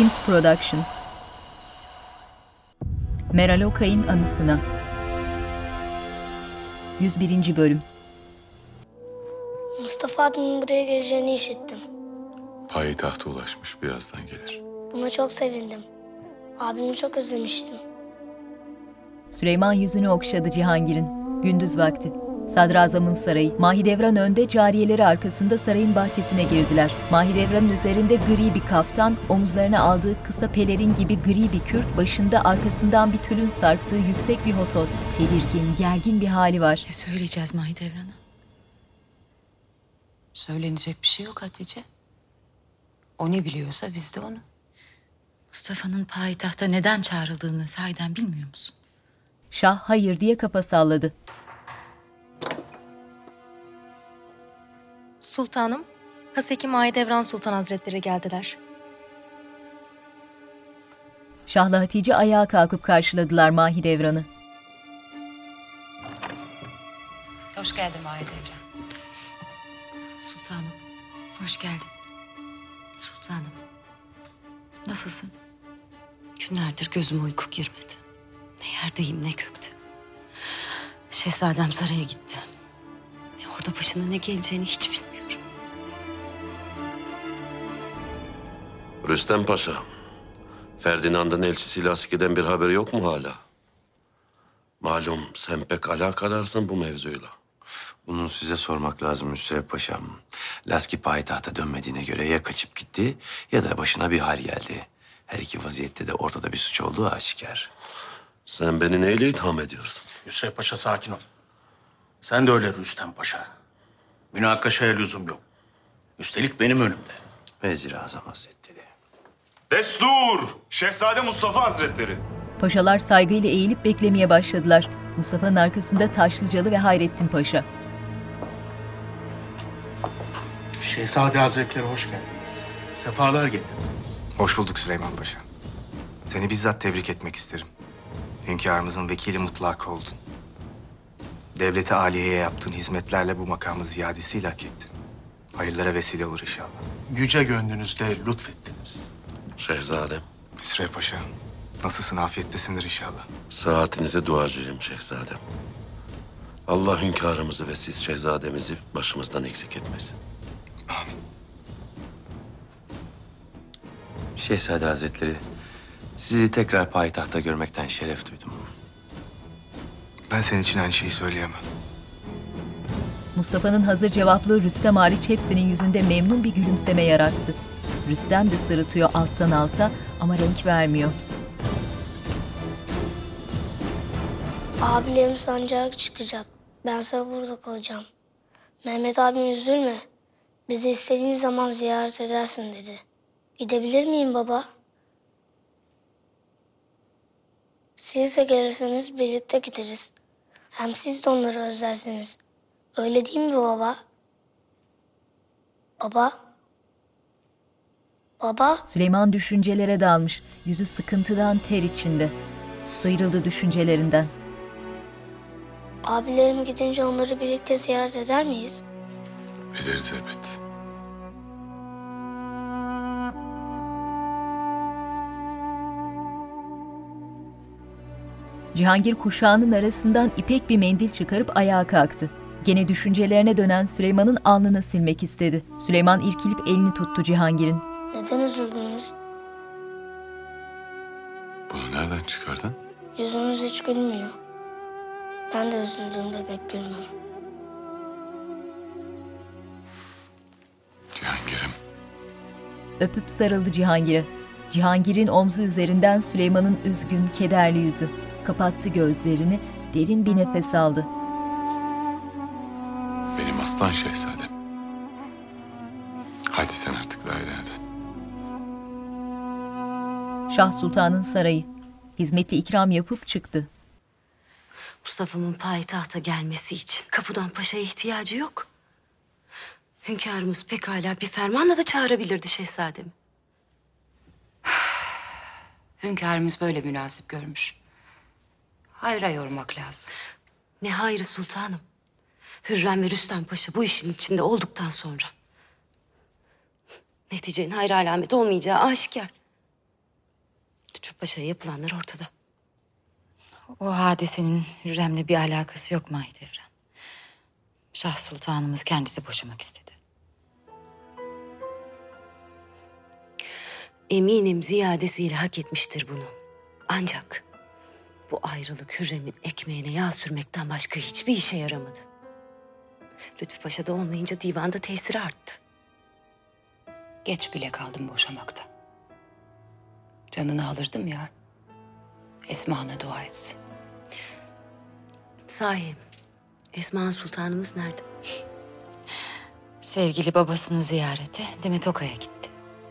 Films Production. Meral Okay'ın anısına. 101. bölüm. Mustafa abimin buraya geleceğini işittim. Payitahta ulaşmış, birazdan gelir. Buna çok sevindim. Abimi çok özlemiştim. Süleyman yüzünü okşadı Cihangir'in. Gündüz vakti. Sadrazamın sarayı. Mahidevran önde, cariyeleri arkasında sarayın bahçesine girdiler. Mahidevran'ın üzerinde gri bir kaftan, omuzlarına aldığı kısa pelerin gibi gri bir kürk, başında arkasından bir tülün sarktığı yüksek bir hotos. Tedirgin, gergin bir hali var. Ne söyleyeceğiz Mahidevran'a? Söylenecek bir şey yok Hatice. O ne biliyorsa biz de onu. Mustafa'nın payitahta neden çağrıldığını sahiden bilmiyor musun? Şah hayır diye kafa salladı. Sultanım, Haseki Mahidevran Sultan Hazretleri geldiler. Şah'la Hatice ayağa kalkıp karşıladılar Mahidevran'ı. Hoş geldin Mahidevran. Sultanım, hoş geldin. Sultanım, nasılsın? Günlerdir gözüme uyku girmedi. Ne yerdeyim ne gökte. Şehzadem saraya gitti. Orada başına ne geleceğini hiç bilmiyorum. Rüstem Paşa, Ferdinand'ın elçisiyle askeden bir haberi yok mu hala? Malum sen pek alakadarsın bu mevzuyla. Bunu size sormak lazım Müsref Paşam. Laski payitahta dönmediğine göre ya kaçıp gitti ya da başına bir hal geldi. Her iki vaziyette de ortada bir suç olduğu aşikar. Sen beni neyle itham ediyorsun? Yusuf Paşa sakin ol. Sen de öyle Rüstem Paşa. Münakaşaya lüzum yok. Üstelik benim önümde. Vezir-i Azam Hazretleri. Destur! Şehzade Mustafa Hazretleri. Paşalar saygıyla eğilip beklemeye başladılar. Mustafa'nın arkasında Taşlıcalı ve Hayrettin Paşa. Şehzade Hazretleri hoş geldiniz. Sefalar getirdiniz. Hoş bulduk Süleyman Paşa. Seni bizzat tebrik etmek isterim. Hünkârımızın vekili mutlak oldun. Devlete aliyeye yaptığın hizmetlerle bu makamı ziyadesiyle hak ettin. Hayırlara vesile olur inşallah. Yüce gönlünüzle lütfettiniz. Şehzadem, Süreyya Paşa, nasılsın? Afiyettesindir inşallah. saatinize duacıyım şehzadem. Allah hünkârımızı ve siz şehzademizi başımızdan eksik etmesin. Amin. Şehzade Hazretleri, sizi tekrar payitahta görmekten şeref duydum. Ben senin için aynı şeyi söyleyemem. Mustafa'nın hazır cevaplığı Rüstem hariç hepsinin yüzünde memnun bir gülümseme yarattı. Rüstem de sırıtıyor alttan alta ama renk vermiyor. Abilerim sancağa çıkacak. Bense burada kalacağım. Mehmet abim üzülme. Bizi istediğin zaman ziyaret edersin dedi. Gidebilir miyim baba? Siz de gelirseniz birlikte gideriz. Hem siz de onları özlersiniz. Öyle değil mi baba? Baba? Baba? Süleyman düşüncelere dalmış. Yüzü sıkıntıdan ter içinde. Sıyrıldı düşüncelerinden. Abilerim gidince onları birlikte ziyaret eder miyiz? Ederiz elbet. Cihangir kuşağının arasından ipek bir mendil çıkarıp ayağa kalktı. Gene düşüncelerine dönen Süleyman'ın alnını silmek istedi. Süleyman irkilip elini tuttu Cihangir'in. Neden üzüldünüz? Bunu nereden çıkardın? Yüzünüz hiç gülmüyor. Ben de üzüldüğümde pek gülmem. Cihangir'im. Öpüp sarıldı Cihangir'e. Cihangir'in omzu üzerinden Süleyman'ın üzgün, kederli yüzü. Kapattı gözlerini, derin bir nefes aldı. Benim aslan şehzadem. Hadi sen artık dairene dön. Şah Sultan'ın sarayı. Hizmetli ikram yapıp çıktı. Mustafa'nın payitahta gelmesi için kapıdan paşaya ihtiyacı yok. Hünkârımız pekala bir fermanla da çağırabilirdi şehzademi. Hünkârımız böyle münasip görmüş. Hayra yormak lazım. Ne hayrı sultanım. Hürrem ve Rüstem Paşa bu işin içinde olduktan sonra neticenin hayır alamet olmayacağı aşikar. Lütfü Paşa'ya yapılanlar ortada. O hadisenin Hürrem'le bir alakası yok Mahidevran. Şah Sultanımız kendisi boşamak istedi. Eminim ziyadesiyle hak etmiştir bunu. Ancak bu ayrılık Hürrem'in ekmeğine yağ sürmekten başka hiçbir işe yaramadı. Lütfü Paşa'da olmayınca divanda tesiri arttı. Geç bile kaldım boşamakta. Canını alırdım ya. Esma'na dua etsin. Sahi, Esma Sultanımız nerede? Sevgili babasını ziyarete Demet Oka'ya gitti.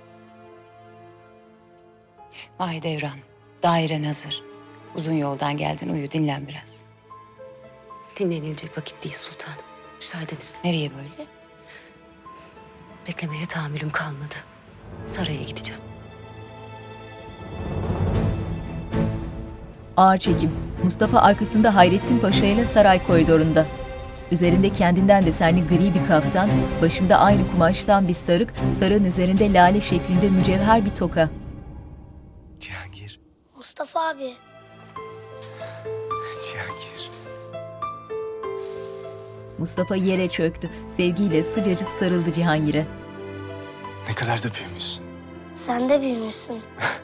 Mahidevran, dairen hazır. Uzun yoldan geldin, uyu dinlen biraz. Dinlenilecek vakit değil sultanım. Müsaadenizle. Nereye böyle? Beklemeye tahammülüm kalmadı. Saraya gideceğim. Ağır çekim. Mustafa arkasında Hayrettin Paşa ile saray koridorunda. Üzerinde kendinden desenli gri bir kaftan, başında aynı kumaştan bir sarık, sarığın üzerinde lale şeklinde mücevher bir toka. Cihangir, Mustafa abi. Cihangir. Mustafa yere çöktü. Sevgiyle sıcacık sarıldı Cihangir'e. Ne kadar da büyümüşsün. Sen de büyümüşsün.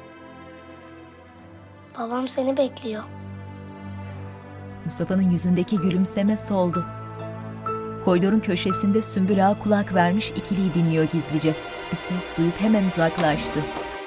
Babam seni bekliyor. Mustafa'nın yüzündeki gülümseme soldu. Koridorun köşesinde Sümbül Ağa kulak vermiş ikiliyi dinliyor gizlice. Bir ses duyup hemen uzaklaştı.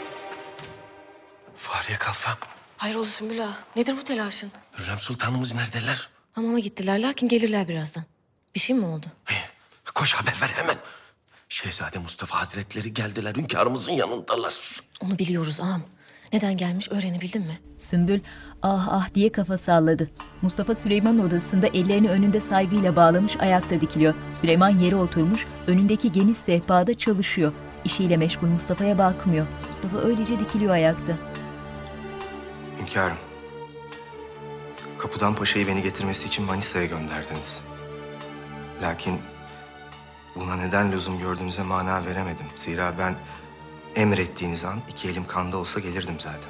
Fahriye Kalfam. Hayrola Sümbül Ağa? Nedir bu telaşın? Hürrem Sultanımız neredeler? Hamama gittiler lakin gelirler birazdan. Bir şey mi oldu? Koş haber ver hemen. Şehzade Mustafa Hazretleri geldiler. Hünkârımızın yanındalar. Onu biliyoruz ağam. Neden gelmiş öğrenebildin mi? Sümbül ah ah diye kafa salladı. Mustafa Süleyman'ın odasında ellerini önünde saygıyla bağlamış ayakta dikiliyor. Süleyman yere oturmuş, önündeki geniş sehpada çalışıyor. İşiyle meşgul, Mustafa'ya bakmıyor. Mustafa öylece dikiliyor ayakta. Hünkârım, Kapıdan Paşa'yı beni getirmesi için Manisa'ya gönderdiniz. Lakin buna neden lüzum gördüğünüze mana veremedim. Zira ben emrettiğiniz an iki elim kanda olsa gelirdim zaten.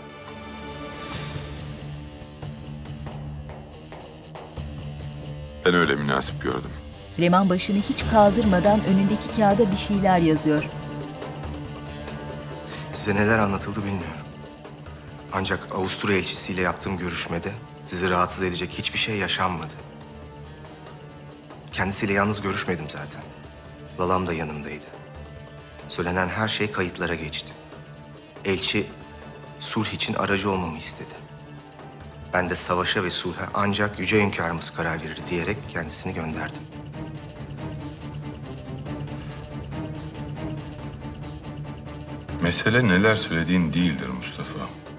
Ben öyle münasip gördüm. Süleyman başını hiç kaldırmadan önündeki kağıda bir şeyler yazıyor. Size neler anlatıldı bilmiyorum. Ancak Avusturya elçisiyle yaptığım görüşmede sizi rahatsız edecek hiçbir şey yaşanmadı. Kendisiyle yalnız görüşmedim zaten. Lalam da yanımdaydı. Söylenen her şey kayıtlara geçti. Elçi sulh için aracı olmamı istedi. Ben de savaşa ve sulha ancak yüce hünkârımız karar verir diyerek kendisini gönderdim. Mesele neler söylediğin değildir Mustafa.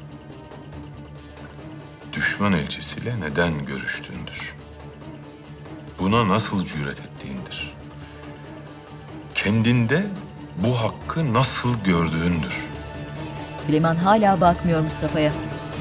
Düşman elçisiyle neden görüştüğündür. Buna nasıl cüret ettiğindir. Kendinde bu hakkı nasıl gördüğündür. Süleyman hala bakmıyor Mustafa'ya.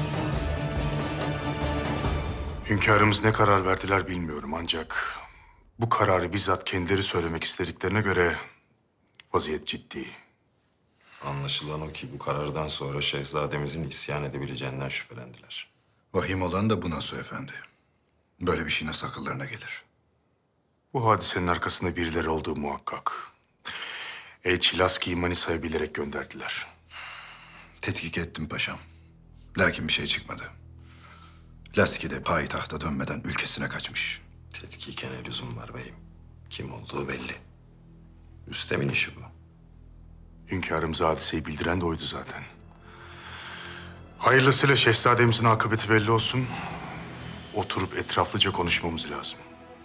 Hünkârımız ne karar verdiler bilmiyorum ancak bu kararı bizzat kendileri söylemek istediklerine göre vaziyet ciddi. Anlaşılan o ki bu karardan sonra şehzademizin isyan edebileceğinden şüphelendiler. Vahim olan da bu Nasuh Efendi. Böyle bir şey nasıl akıllarına gelir? Bu hadisenin arkasında birileri olduğu muhakkak. Elçi Laski'yi Manisa'ya bilerek gönderdiler. Tetkik ettim paşam. Lakin bir şey çıkmadı. Laski de payitahta dönmeden ülkesine kaçmış. Tetkike ne lüzum var beyim? Kim olduğu belli. Rüstem'in işi bu. Hünkârımıza hadiseyi bildiren de oydu zaten. Hayırlısıyla şehzademizin akıbeti belli olsun. Oturup etraflıca konuşmamız lazım.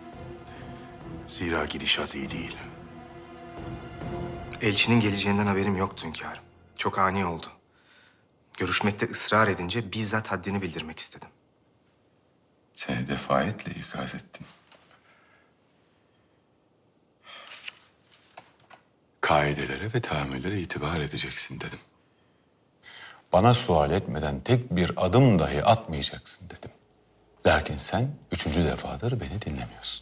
Zira gidişat iyi değil. Elçinin geleceğinden haberim yoktu hünkârım. Çok ani oldu. Görüşmekte ısrar edince bizzat haddini bildirmek istedim. Seni defayetle ikaz ettim. Kaidelere ve tahammüllere itibar edeceksin dedim. Bana sual etmeden tek bir adım dahi atmayacaksın dedim. Lakin sen 3. defadır beni dinlemiyorsun.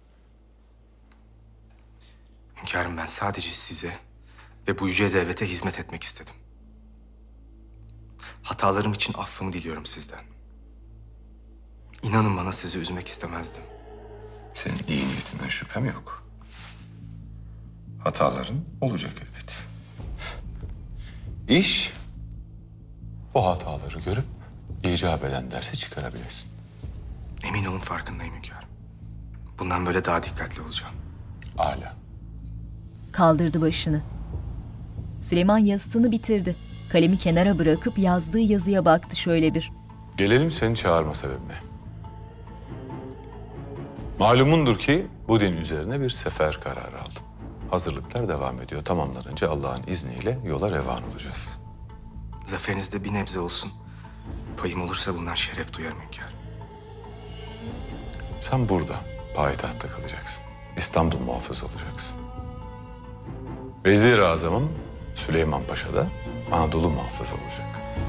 Hünkârım ben sadece size ve bu yüce devlete hizmet etmek istedim. Hatalarım için affımı diliyorum sizden. İnanın bana sizi üzmek istemezdim. Senin iyi niyetinden şüphem yok. Hataların olacak elbet. İş o hataları görüp icap eden dersi çıkarabilesin. Emin olun farkındayım hünkârım. Bundan böyle daha dikkatli olacağım. Âlâ. Kaldırdı başını. Süleyman yazısını bitirdi. Kalemi kenara bırakıp yazdığı yazıya baktı şöyle bir. Gelelim seni çağırma sebebime. Malumundur ki bu din üzerine bir sefer kararı aldım. Hazırlıklar devam ediyor. Tamamlanınca Allah'ın izniyle yola revan olacağız. Zaferinizde bir nebze olsun. Payım olursa bundan şeref duyarım hünkârım. Sen burada, payitahtta kalacaksın. İstanbul muhafızı olacaksın. Vezir-i Azam'ım Süleyman Paşa da Anadolu muhafızı olacak.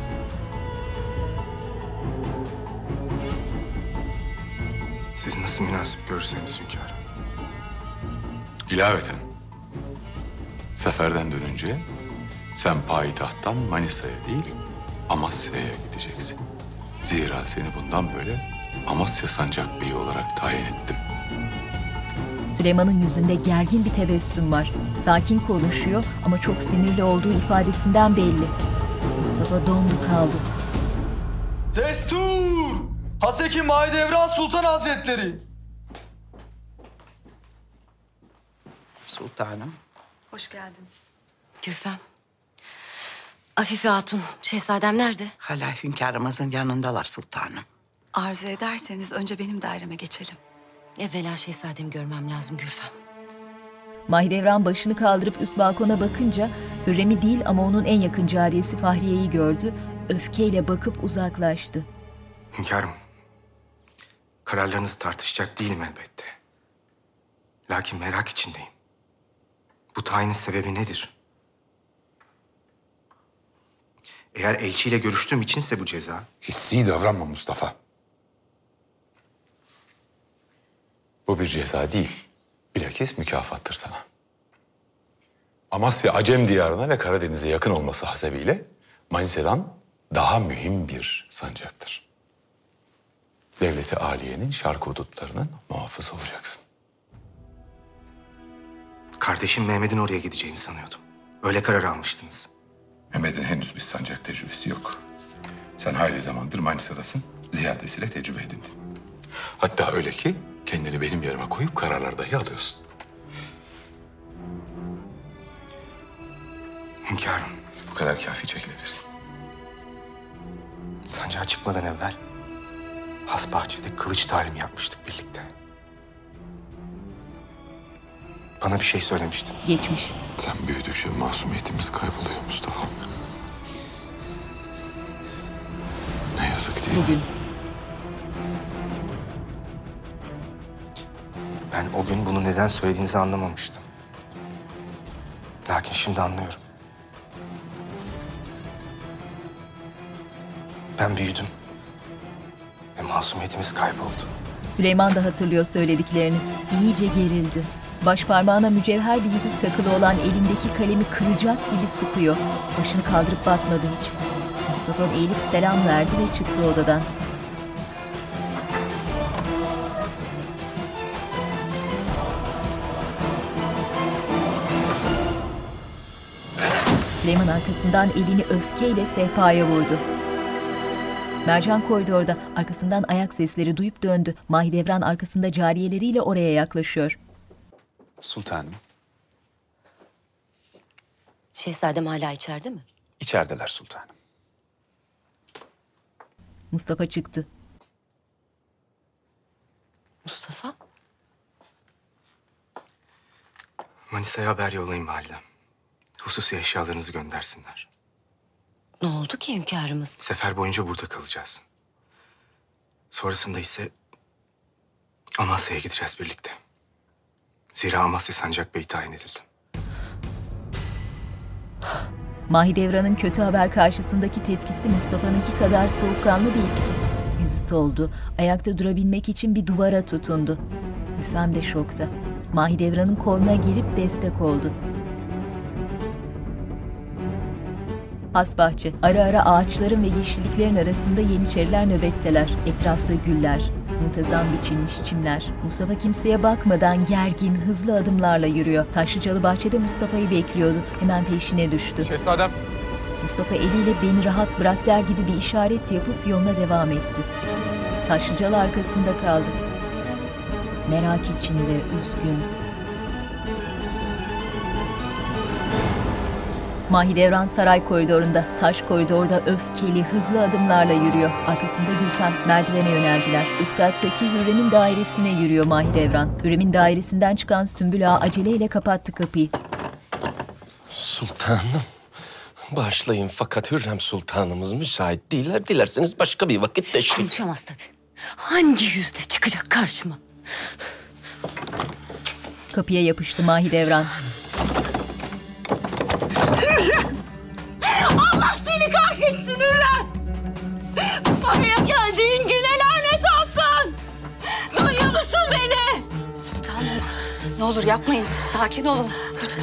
Siz nasıl münasip görürseniz hünkârım. İlaveten, seferden dönünce sen payitahttan Manisa'ya değil, Amasya'ya gideceksin. Zira seni bundan böyle Amasya Sancak Bey'i olarak tayin ettim. Süleyman'ın yüzünde gergin bir tebessüm var. Sakin konuşuyor ama çok sinirli olduğu ifadesinden belli. Mustafa dondu kaldı. Destur! Haseki Mahidevran Sultan Hazretleri! Sultanım. Hoş geldiniz. Gülfem. Afife Hatun, şehzadem nerede? Hala hünkârımızın yanındalar sultanım. Arzu ederseniz önce benim daireme geçelim. Evvela şehzademi görmem lazım Gülfem. Mahidevran başını kaldırıp üst balkona bakınca Hürrem'i değil ama onun en yakın cariyesi Fahriye'yi gördü. Öfkeyle bakıp uzaklaştı. Hünkârım, kararlarınızı tartışacak değilim elbette. Lakin merak içindeyim. Bu tayinin sebebi nedir? Eğer elçiyle görüştüğüm içinse bu ceza... Hissi davranma Mustafa. Bu bir ceza değil, bilakis mükafattır sana. Amasya Acem diyarına ve Karadeniz'e yakın olması hasebiyle Manisa'dan daha mühim bir sancaktır. Devleti Aliye'nin şark hudutlarının muhafızı olacaksın. Kardeşim Mehmet'in oraya gideceğini sanıyordum. Öyle karar almıştınız. Mehmet'in henüz bir sancak tecrübesi yok. Sen hayli zamandır Manisa'dasın. Ziyadesiyle tecrübe edindin. Hatta öyle ki kendini benim yerime koyup kararlar dahi alıyorsun. Hünkârım. Bu kadar kafi çekilebilirsin. Sancağa çıkmadan evvel Hasbahçe'de kılıç talimi yapmıştık birlikte. Bana bir şey söylemiştiniz. Geçmiş. Sen büyüdükçe masumiyetimiz kayboluyor Mustafa. Ne yazık değil mi? Bugün. Ben o gün bunu neden söylediğinizi anlamamıştım. Lakin şimdi anlıyorum. Ben büyüdüm. Ve masumiyetimiz kayboldu. Süleyman da hatırlıyor söylediklerini. İyice gerildi. Baş parmağına mücevher bir yüzük takılı olan elindeki kalemi kıracak gibi sıkıyor. Başını kaldırıp bakmadı hiç. Mustafa eğilip selam verdi ve çıktı odadan. Süleyman arkasından elini öfkeyle sehpaya vurdu. Mercan koridorda arkasından ayak sesleri duyup döndü. Mahidevran arkasında cariyeleriyle oraya yaklaşıyor. Sultanım, Şehzadem hala içeride mi? içerideler sultanım. Mustafa çıktı. Mustafa? Manisa'ya haber yollayın validem. Hususi eşyalarınızı göndersinler. Ne oldu ki hünkârımız? Sefer boyunca burada kalacağız. Sonrasında ise Amasya'ya gideceğiz birlikte. Zira Amasya Sancak Bey tayin edildi. Mahidevran'ın kötü haber karşısındaki tepkisi Mustafa'nınki kadar soğukkanlı değil. Yüzü soldu. Ayakta durabilmek için bir duvara tutundu. Gülfem de şokta. Mahidevran'ın koluna girip destek oldu. Has bahçe. Ara ara ağaçların ve yeşilliklerin arasında yeniçeriler nöbetteler. Etrafta güller, muntazam biçilmiş çimler. Mustafa kimseye bakmadan gergin, hızlı adımlarla yürüyor. Taşlıcalı bahçede Mustafa'yı bekliyordu. Hemen peşine düştü. Şehzadem. Mustafa eliyle beni rahat bırak der gibi bir işaret yapıp yoluna devam etti. Taşlıcalı arkasında kaldı. Merak içinde, üzgün. Mahidevran saray koridorunda, taş koridorda öfkeli, hızlı adımlarla yürüyor. Arkasında Gülfem, merdivene yöneldiler. Üst kattaki Hürrem'in dairesine yürüyor Mahidevran. Hürrem'in dairesinden çıkan Sümbül Ağa aceleyle kapattı kapıyı. Sultanım, bağışlayın fakat Hürrem Sultanımız müsait değiller. Dilerseniz başka bir vakit teşrif... Konuşamaz tabii. Hangi yüzle çıkacak karşıma? Kapıya yapıştı Mahidevran. Allah seni kahretsin Hürrem! Bu saraya geldiğin güne lanet olsun! Duyuyor musun beni? Sultanım, ne olur yapmayın. Sakin olun. Lütfen.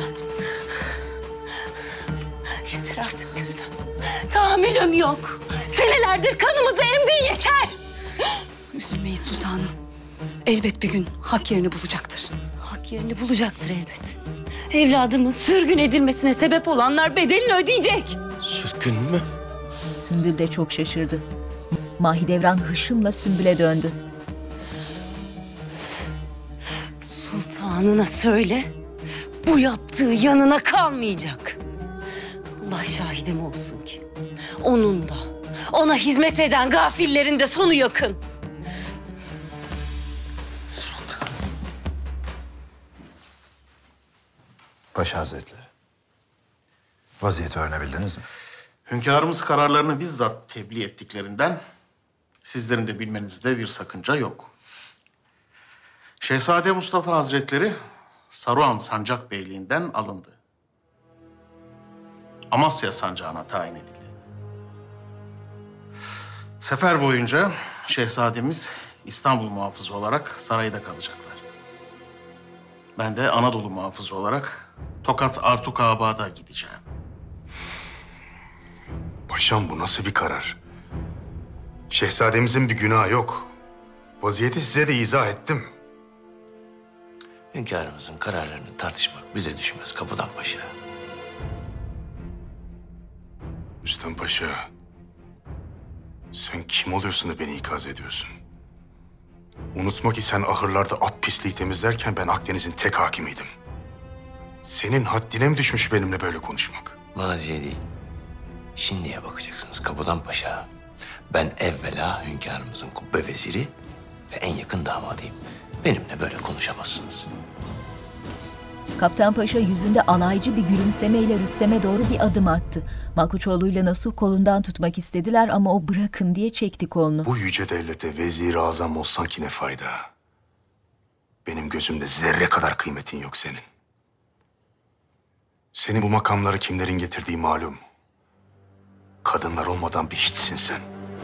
Yeter artık Gülfem. Tahammülüm yok. Senelerdir kanımızı emdin yeter. Üzülmeyin sultanım. Elbet bir gün hak yerini bulacaktır. Hak yerini bulacaktır elbet. Evladımın sürgün edilmesine sebep olanlar bedelini ödeyecek. Sürgün mü? Sümbül de çok şaşırdı. Mahidevran hışımla Sümbül'e döndü. Sultanına söyle, bu yaptığı yanına kalmayacak. Allah şahidim olsun ki onun da, ona hizmet eden gafillerin de sonu yakın. Paşa Hazretleri, vaziyeti öğrenebildiniz mi? Hünkârımız kararlarını bizzat tebliğ ettiklerinden sizlerin de bilmenizde bir sakınca yok. Şehzade Mustafa Hazretleri Saruhan Sancak Beyliğinden alındı. Amasya Sancağı'na tayin edildi. Sefer boyunca şehzademiz İstanbul muhafızı olarak sarayda kalacaklar. Ben de Anadolu muhafızı olarak Tokat Artukabad'a gideceğim. Paşam bu nasıl bir karar? Şehzademizin bir günahı yok. Vaziyeti size de izah ettim. Hünkârımızın kararlarını tartışmak bize düşmez Kapıdan Paşa. Rüstem Paşa, sen kim oluyorsun da beni ikaz ediyorsun? Unutma ki sen ahırlarda at pisliği temizlerken ben Akdeniz'in tek hakimiydim. Senin haddine mi düşmüş benimle böyle konuşmak? Maziye değil, şimdiye bakacaksınız Kapıdan Paşa. Ben evvela hünkârımızın kubbe veziri ve en yakın damadıyım. Benimle böyle konuşamazsınız. Kaptan Paşa yüzünde alaycı bir gülümsemeyle Rüstem'e doğru bir adım attı. Malkoçoğlu'yla Nasuh kolundan tutmak istediler ama o bırakın diye çekti kolunu. Bu yüce devlete vezir-i azam olsan ki ne fayda? Benim gözümde zerre kadar kıymetin yok senin. Seni bu makamlara kimlerin getirdiği malum. Kadınlar olmadan bir hiçsin sen.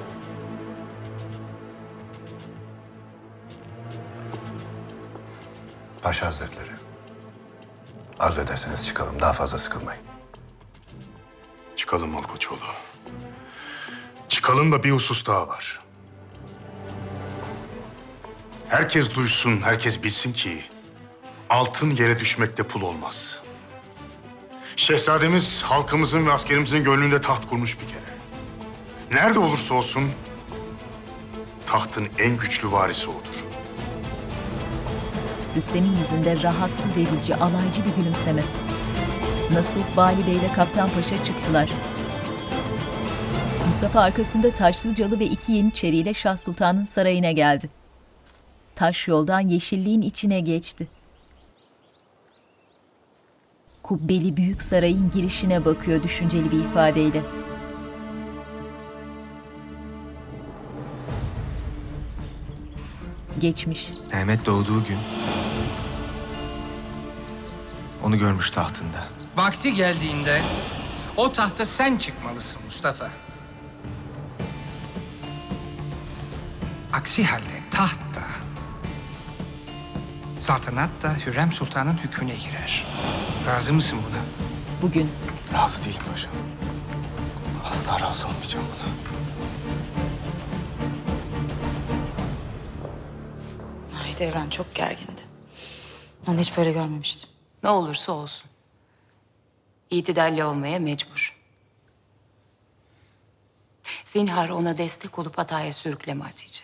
Paşa Hazretleri, arzu ederseniz çıkalım. Daha fazla sıkılmayın. Çıkalım Malkoçoğlu. Çıkalım da bir husus daha var. Herkes duysun, herkes bilsin ki altın yere düşmekte pul olmaz. Şehzademiz halkımızın ve askerimizin gönlünde taht kurmuş bir kere. Nerede olursa olsun tahtın en güçlü varisi odur. Rüstem'in yüzünde rahatsız edici, alaycı bir gülümseme. Nasuh, Bali Bey ile Kaptan Paşa çıktılar. Mustafa arkasında Taşlıcalı ve 2 yeniçeriyle Şah Sultan'ın sarayına geldi. Taş yoldan yeşilliğin içine geçti. Kubbeli büyük sarayın girişine bakıyor düşünceli bir ifadeyle. Geçmiş. Mehmet doğduğu gün onu görmüş tahtında. Vakti geldiğinde o tahta sen çıkmalısın Mustafa. Aksi halde taht da, saltanat da Hürrem Sultan'ın hükmüne girer. Razı mısın buna? Bugün razı değilim paşam. Asla razı olmayacağım buna. Mahidevran çok gergindi. Onu hiç böyle görmemiştim. Ne olursa olsun. İtidalli olmaya mecbur. Zinhar ona destek olup hataya sürükleme Hatice.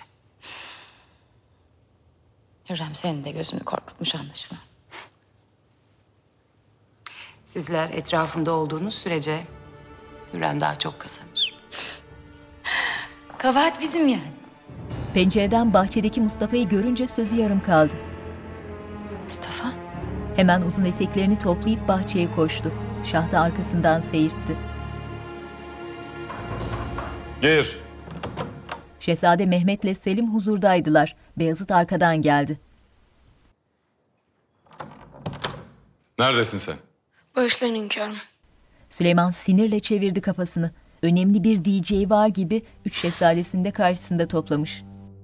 Hürrem senin de gözünü korkutmuş anlaşılan. Sizler etrafımda olduğunuz sürece Hürrem daha çok kazanır. Kabahat bizim yani. Pencereden bahçedeki Mustafa'yı görünce sözü yarım kaldı. Mustafa? Hemen uzun eteklerini toplayıp bahçeye koştu. Şah da arkasından seyirtti. Gir. Şehzade Mehmet'le Selim huzurdaydılar. Beyazıt arkadan geldi. Neredesin sen? Bağışlayın hünkârım. Süleyman sinirle çevirdi kafasını. Önemli bir diyeceği var gibi 3 şehzadesini de karşısında toplamış.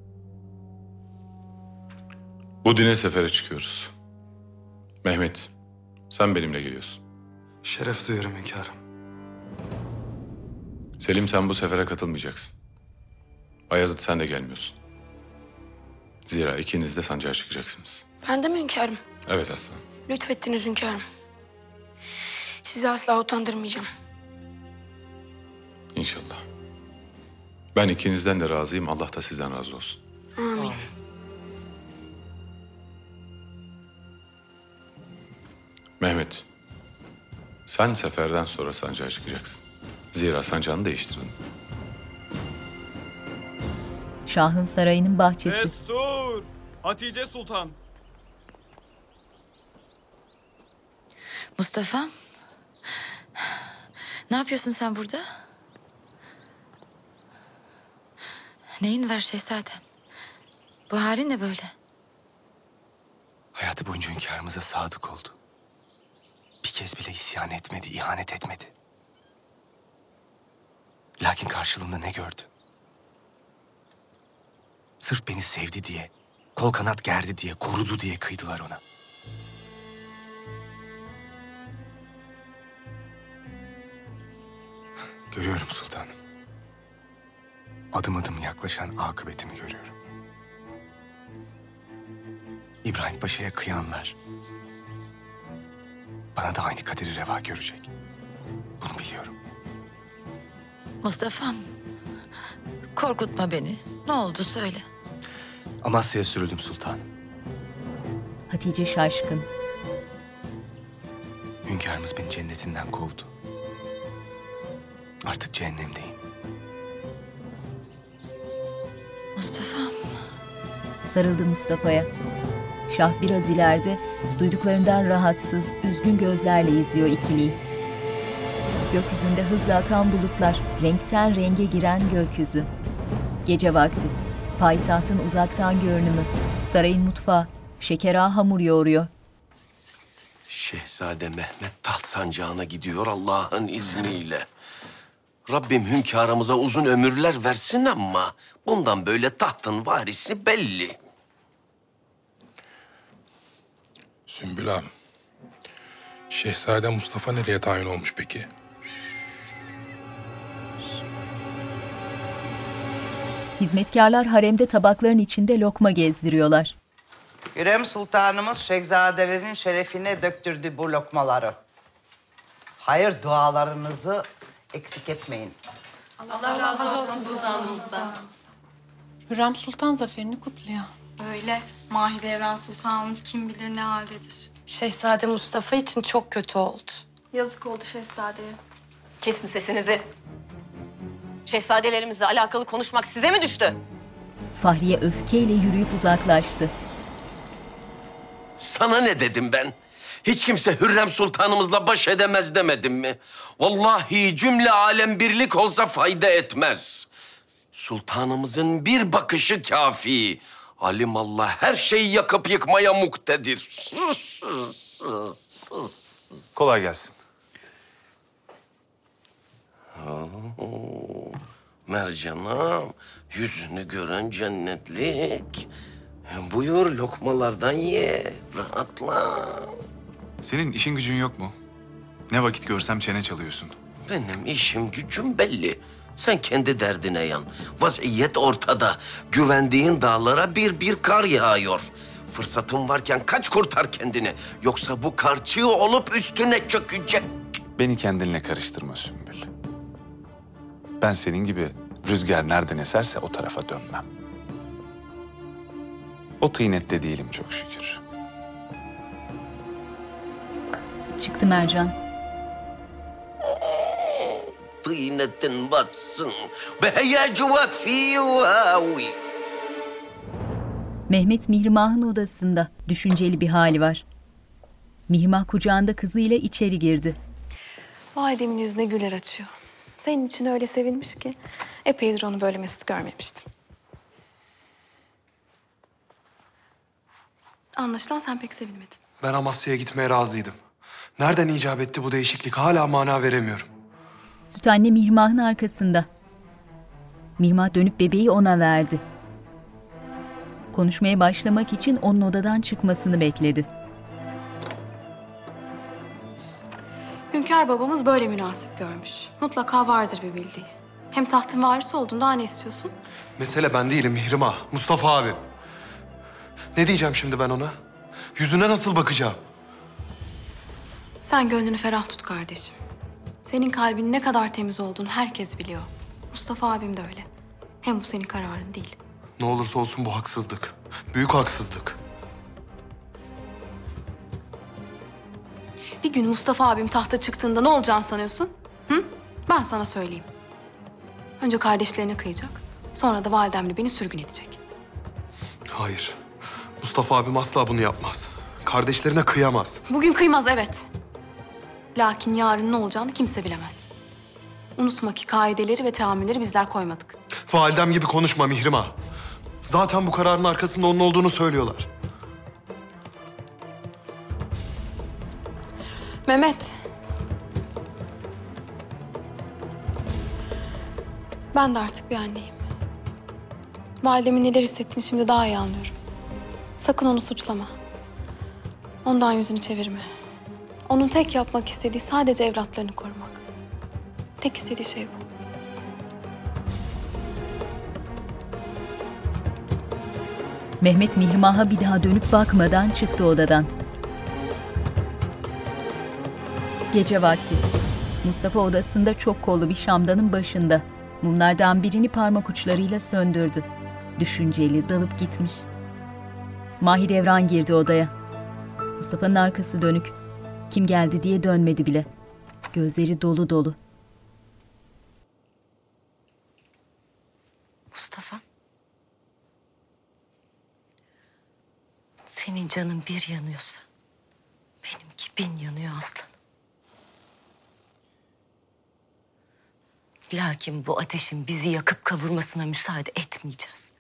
Budine sefere çıkıyoruz. Mehmet, sen benimle geliyorsun. Şeref duyarım hünkârım. Selim, sen bu sefere katılmayacaksın. Bayezid, sen de gelmiyorsun. Zira ikiniz de sancağa çıkacaksınız. Ben de mi hünkârım? Evet aslan. Lütfettiniz hünkârım. Sizi asla utandırmayacağım. İnşallah. Ben ikinizden de razıyım. Allah da sizden razı olsun. Amin. Mehmet, sen seferden sonra sancağa çıkacaksın. Zira sancağını değiştirdin. Şah'ın sarayının bahçesi. Destur! Hatice Sultan! Mustafa, ne yapıyorsun sen burada? Neyin var şehzadem? Bu halin ne böyle? Hayatı boyunca hünkârımıza sadık oldu. Bir kez bile isyan etmedi, ihanet etmedi. Lakin karşılığında ne gördü? Sırf beni sevdi diye, kol kanat gerdi diye, korudu diye kıydılar ona. Görüyorum sultanım. Adım adım yaklaşan akıbetimi görüyorum. İbrahim Paşa'ya kıyanlar bana da aynı kaderi reva görecek. Bunu biliyorum. Mustafa'm, korkutma beni. Ne oldu söyle. Amasya'ya sürüldüm sultanım. Hatice şaşkın. Hünkârımız beni cennetinden kovdu. Artık cehennemdeyim. Mustafa'm. Sarıldı Mustafa'ya. Şah biraz ileride, duyduklarından rahatsız, üzgün gözlerle izliyor ikiliyi. Gökyüzünde hızla akan bulutlar, renkten renge giren gökyüzü. Gece vakti, payitahtın uzaktan görünümü, sarayın mutfağı, şeker ağa hamur yoğuruyor. Şehzade Mehmet taht sancağına gidiyor Allah'ın izniyle. Rabbim hünkârımıza uzun ömürler versin ama bundan böyle tahtın varisi belli. Sümbül ağam, Şehzade Mustafa nereye tayin olmuş peki? Hizmetkarlar haremde tabakların içinde lokma gezdiriyorlar. Hürrem Sultanımız şehzadelerin şerefine döktürdü bu lokmaları. Hayır dualarınızı eksik etmeyin. Allah razı olsun sultanımızdan. Hürrem Sultan zaferini kutluyor. Öyle. Mahidevran Sultanımız kim bilir ne haldedir. Şehzade Mustafa için çok kötü oldu. Yazık oldu şehzadeye. Kesin sesinizi. Şehzadelerimizle alakalı konuşmak size mi düştü? Fahriye öfkeyle yürüyüp uzaklaştı. Sana ne dedim ben? Hiç kimse Hürrem Sultanımızla baş edemez demedim mi? Vallahi cümle alem birlik olsa fayda etmez. Sultanımızın bir bakışı kafi. Alimallah her şeyi yakıp yıkmaya muktedir. Kolay gelsin. Mercan'ım, yüzünü gören cennetlik. Buyur lokmalardan ye, rahatla. Senin işin gücün yok mu? Ne vakit görsem çene çalıyorsun. Benim işim gücüm belli. Sen kendi derdine yan. Vaziyet ortada. Güvendiğin dağlara bir kar yağıyor. Fırsatın varken kaç kurtar kendini. Yoksa bu kar çığ olup üstüne çökecek. Beni kendinle karıştırma Sümbül. Ben senin gibi rüzgar nereden eserse o tarafa dönmem. O tıynette değilim çok şükür. Çıktı Mercan. Tıynetin batsın. Beheyecü ve fîvâvi. Mehmet Mihrimah'ın odasında düşünceli bir hali var. Mihrimah kucağında kızıyla içeri girdi. Validemin yüzüne güler açıyor. Senin için öyle sevinmiş ki epeydir onu böyle mesut görmemiştim. Anlaşılan sen pek sevinmedin. Ben Amasya'ya gitmeye razıydım. Nereden icap etti bu değişiklik hala mana veremiyorum. Süt anne Mihrimah'ın arkasında. Mihrimah dönüp bebeği ona verdi. Konuşmaya başlamak için onun odadan çıkmasını bekledi. Hünkâr babamız böyle münasip görmüş. Mutlaka vardır bir bildiği. Hem tahtın varisi oldun, daha ne istiyorsun? Mesele ben değilim Mihrimah, Mustafa abim. Ne diyeceğim şimdi ben ona? Yüzüne nasıl bakacağım? Sen gönlünü ferah tut kardeşim. Senin kalbin ne kadar temiz olduğunu herkes biliyor. Mustafa abim de öyle. Hem bu senin kararın değil. Ne olursa olsun bu haksızlık. Büyük haksızlık. Bir gün Mustafa abim tahta çıktığında ne olacağını sanıyorsun? Hı? Ben sana söyleyeyim. Önce kardeşlerine kıyacak. Sonra da validemle beni sürgün edecek. Hayır. Mustafa abim asla bunu yapmaz. Kardeşlerine kıyamaz. Bugün kıymaz evet. Lakin yarın ne olacağını kimse bilemez. Unutma ki kaideleri ve teamülleri bizler koymadık. Validem gibi konuşma Mihrimah. Zaten bu kararın arkasında onun olduğunu söylüyorlar. Mehmet. Ben de artık bir anneyim. Validemin neler hissettiğini şimdi daha iyi anlıyorum. Sakın onu suçlama. Ondan yüzünü çevirme. Onun tek yapmak istediği sadece evlatlarını korumak. Tek istediği şey bu. Mehmet Mihrimah'a bir daha dönüp bakmadan çıktı odadan. Gece vakti. Mustafa odasında çok kollu bir şamdanın başında. Mumlardan birini parmak uçlarıyla söndürdü. Düşünceli, dalıp gitmiş. Mahidevran girdi odaya. Mustafa'nın arkası dönük. Kim geldi diye dönmedi bile. Gözleri dolu dolu. Mustafa. Senin canın bir yanıyorsa benimki 1000 yanıyor aslanım. Lakin bu ateşin bizi yakıp kavurmasına müsaade etmeyeceğiz.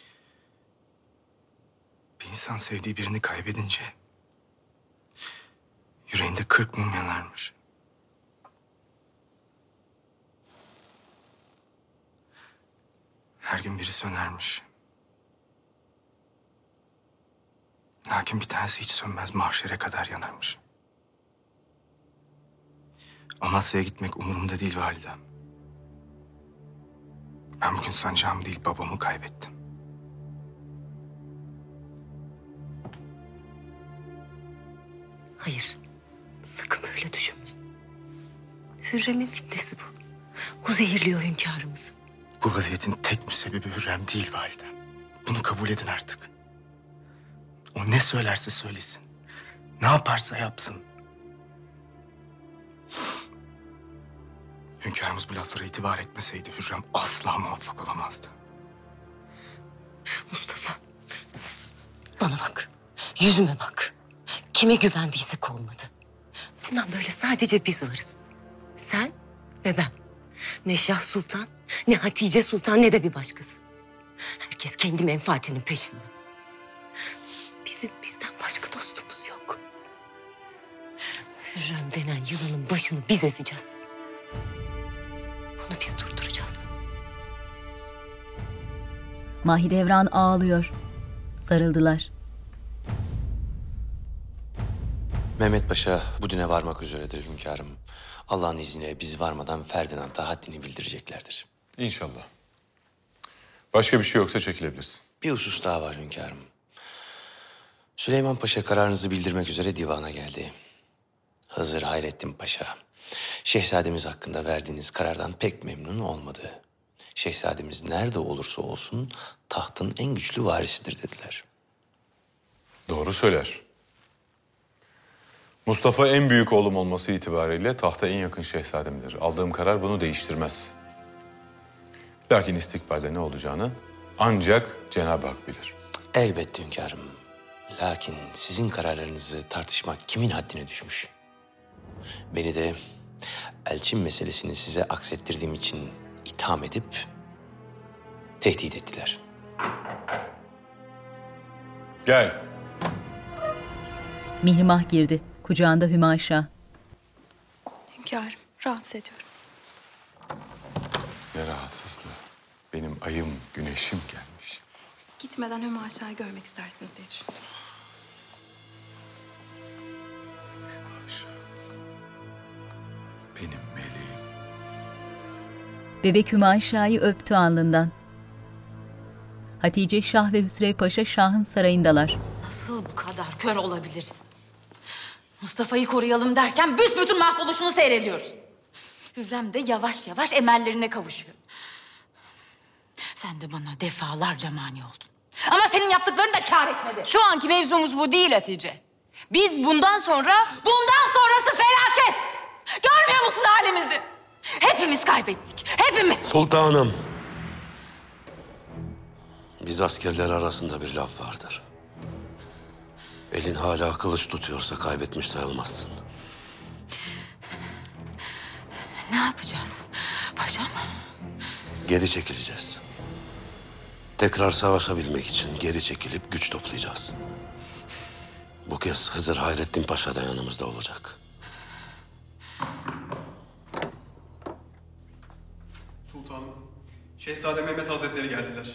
Bir insan sevdiği birini kaybedince yüreğinde 40 mum yanarmış. Her gün biri sönermiş. Lakin bir tanesi hiç sönmez, mahşere kadar yanarmış. Amasya'ya gitmek umurumda değil validem. Ben bugün sancağımı değil babamı kaybettim. Hayır, sakın öyle düşünme. Hürrem'in fitnesi bu. O zehirliyor hünkârımızı. Bu vaziyetin tek müsebbibi Hürrem değil validem. Bunu kabul edin artık. O ne söylerse söylesin. Ne yaparsa yapsın. Hünkârımız bu laflara itibar etmeseydi Hürrem asla muvaffak olamazdı. Mustafa, bana bak. Yüzüme bak. Kime güvendiysek olmadı. Bundan böyle sadece biz varız. Sen ve ben. Ne Şah Sultan, ne Hatice Sultan, ne de bir başkası. Herkes kendi menfaatinin peşinde. Bizim bizden başka dostumuz yok. Hürrem denen yılanın başını biz ezeceğiz. Bunu biz durduracağız. Mahidevran ağlıyor. Sarıldılar. Mehmet Paşa Budin'e varmak üzeredir hünkârım. Allah'ın izniyle biz varmadan Ferdinand'a haddini bildireceklerdir. İnşallah. Başka bir şey yoksa çekilebilirsin. Bir husus daha var hünkârım. Süleyman Paşa kararınızı bildirmek üzere divana geldi. Hızır Hayrettin Paşa, şehzademiz hakkında verdiğiniz karardan pek memnun olmadı. Şehzademiz nerede olursa olsun tahtın en güçlü varisidir dediler. Doğru söyler. Mustafa en büyük oğlum olması itibariyle tahta en yakın şehzademdir. Aldığım karar bunu değiştirmez. Lakin istikbalde ne olacağını ancak Cenab-ı Hak bilir. Elbette hünkârım. Lakin sizin kararlarınızı tartışmak kimin haddine düşmüş? Beni de elçin meselesini size aksettirdiğim için itham edip tehdit ettiler. Gel. Mihrimah girdi. Kucağında Hümaşa. Hünkârım, rahatsız ediyorum. Ne rahatsızlığı. Benim ayım, güneşim gelmiş. Gitmeden Hümaşa'yı görmek istersiniz diye düşündüm. Benim meleğim. Bebek Hümaşa'yı öptü alnından. Hatice Şah ve Hüsrev Paşa Şah'ın sarayındalar. Nasıl bu kadar kör olabiliriz? Mustafa'yı koruyalım derken büsbütün mahvoluşunu seyrediyoruz. Hürrem de yavaş yavaş emellerine kavuşuyor. Sen de bana defalarca mani oldun. Ama senin yaptıkların da kâr etmedi. Şu anki mevzumuz bu değil Hatice. Biz bundan sonra... Bundan sonrası felaket! Görmüyor musun halimizi? Hepimiz kaybettik, hepimiz. Sultanım. Biz askerler arasında bir laf vardır. Elin hala kılıç tutuyorsa kaybetmiş sayılmazsın. Ne yapacağız paşam? Geri çekileceğiz. Tekrar savaşabilmek için geri çekilip güç toplayacağız. Bu kez Hızır Hayrettin Paşa da yanımızda olacak. Sultanım, Şehzade Mehmet Hazretleri geldiler.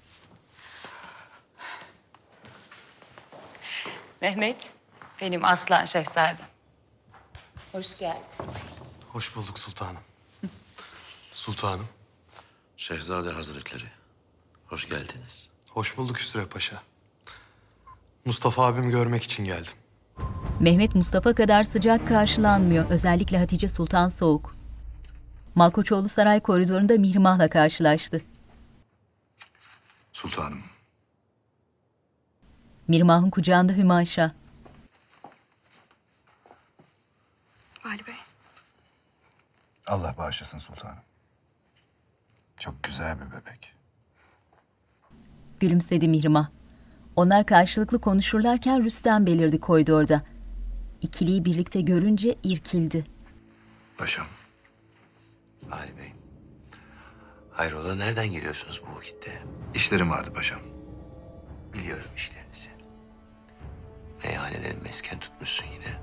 Mehmet, benim aslan şehzadem. Hoş geldin. Hoş bulduk sultanım. Sultanım. Şehzade Hazretleri, hoş geldiniz. Hoş bulduk Hüsrev Paşa. Mustafa abim görmek için geldim. Mehmet Mustafa kadar sıcak karşılanmıyor. Özellikle Hatice Sultan soğuk. Malkoçoğlu saray koridorunda Mihrimah'la karşılaştı. Sultanım. Mihrimah'ın kucağında Hümaşa. Vali Bey. Allah bağışlasın sultanım. Çok güzel bir bebek. Gülümsedi Mihrimah. Onlar karşılıklı konuşurlarken Rüstem belirdi koridorda. İkiliyi birlikte görünce irkildi. Paşam. Ali Bey. Hayrola nereden geliyorsunuz bu vakitte? İşlerim vardı paşam. Biliyorum işlerinizi. Meyhanelerin mesken tutmuşsun yine.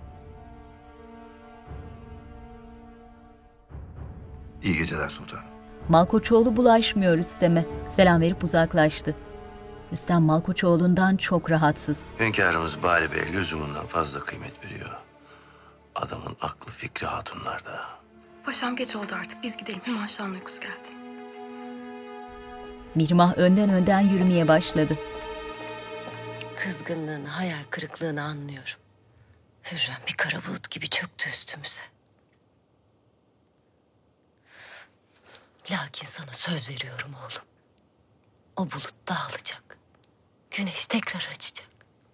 İyi geceler sultanım. Malkoçoğlu bulaşmıyor Rüstem'e. Selam verip uzaklaştı. Rüstem Malkoçoğlu'ndan çok rahatsız. Hünkârımız Bali Bey lüzumundan fazla kıymet veriyor. Adamın aklı fikri hatunlarda. Paşam geç oldu artık. Biz gidelim. Hümaşa'nın uykusu geldi. Mihrimah önden yürümeye başladı. Kızgınlığını, hayal kırıklığını anlıyorum. Hürrem bir kara bulut gibi çöktü üstümüze. Lakin sana söz veriyorum oğlum. O bulut dağılacak. Güneş tekrar açacak.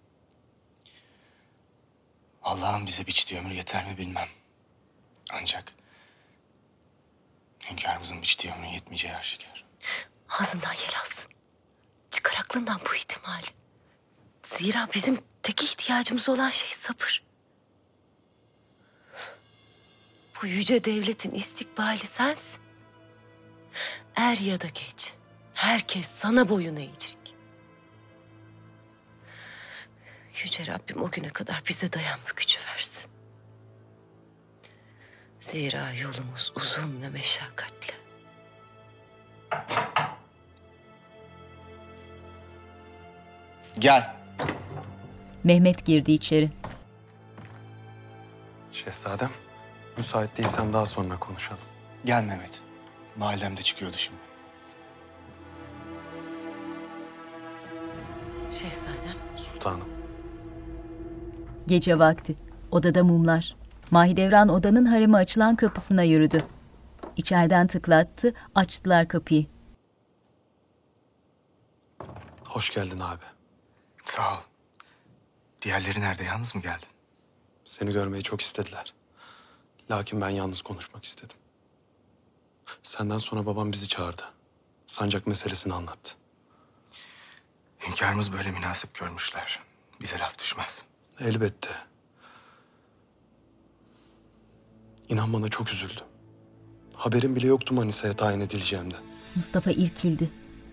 Allah'ın bize biçtiği ömür yeter mi bilmem. Ancak hünkârımızın biçtiği ömrün yetmeyeceği aşikar. Ağzından yel alsın. Çıkar aklından bu ihtimali. Zira bizim tek ihtiyacımız olan şey sabır. Bu yüce devletin istikbali sensin. Er ya da geç herkes sana boyun eğecek. Yüce Rabbim o güne kadar bize dayanma gücü versin. Zira yolumuz uzun ve meşakkatli. Gel. Mehmet girdi içeri. Şehzadem, müsait değilsen daha sonra konuşalım. Gel Mehmet. Mahallem de çıkıyordu şimdi. Şehzadem. Sultanım. Gece vakti. Odada mumlar. Mahidevran odanın hareme açılan kapısına yürüdü. İçeriden tıklattı, açtılar kapıyı. Hoş geldin abi. Sağ ol. Diğerleri nerede? Yalnız mı geldin? Seni görmeyi çok istediler. Lakin ben yalnız konuşmak istedim. Senden sonra babam bizi çağırdı. Sancak meselesini anlattı. Hünkârımız böyle münasip görmüşler. Bize laf düşmez. Elbette. İnan bana çok üzüldüm. Haberim bile yoktu Manisa'ya tayin edileceğimden. Mustafa irkildi.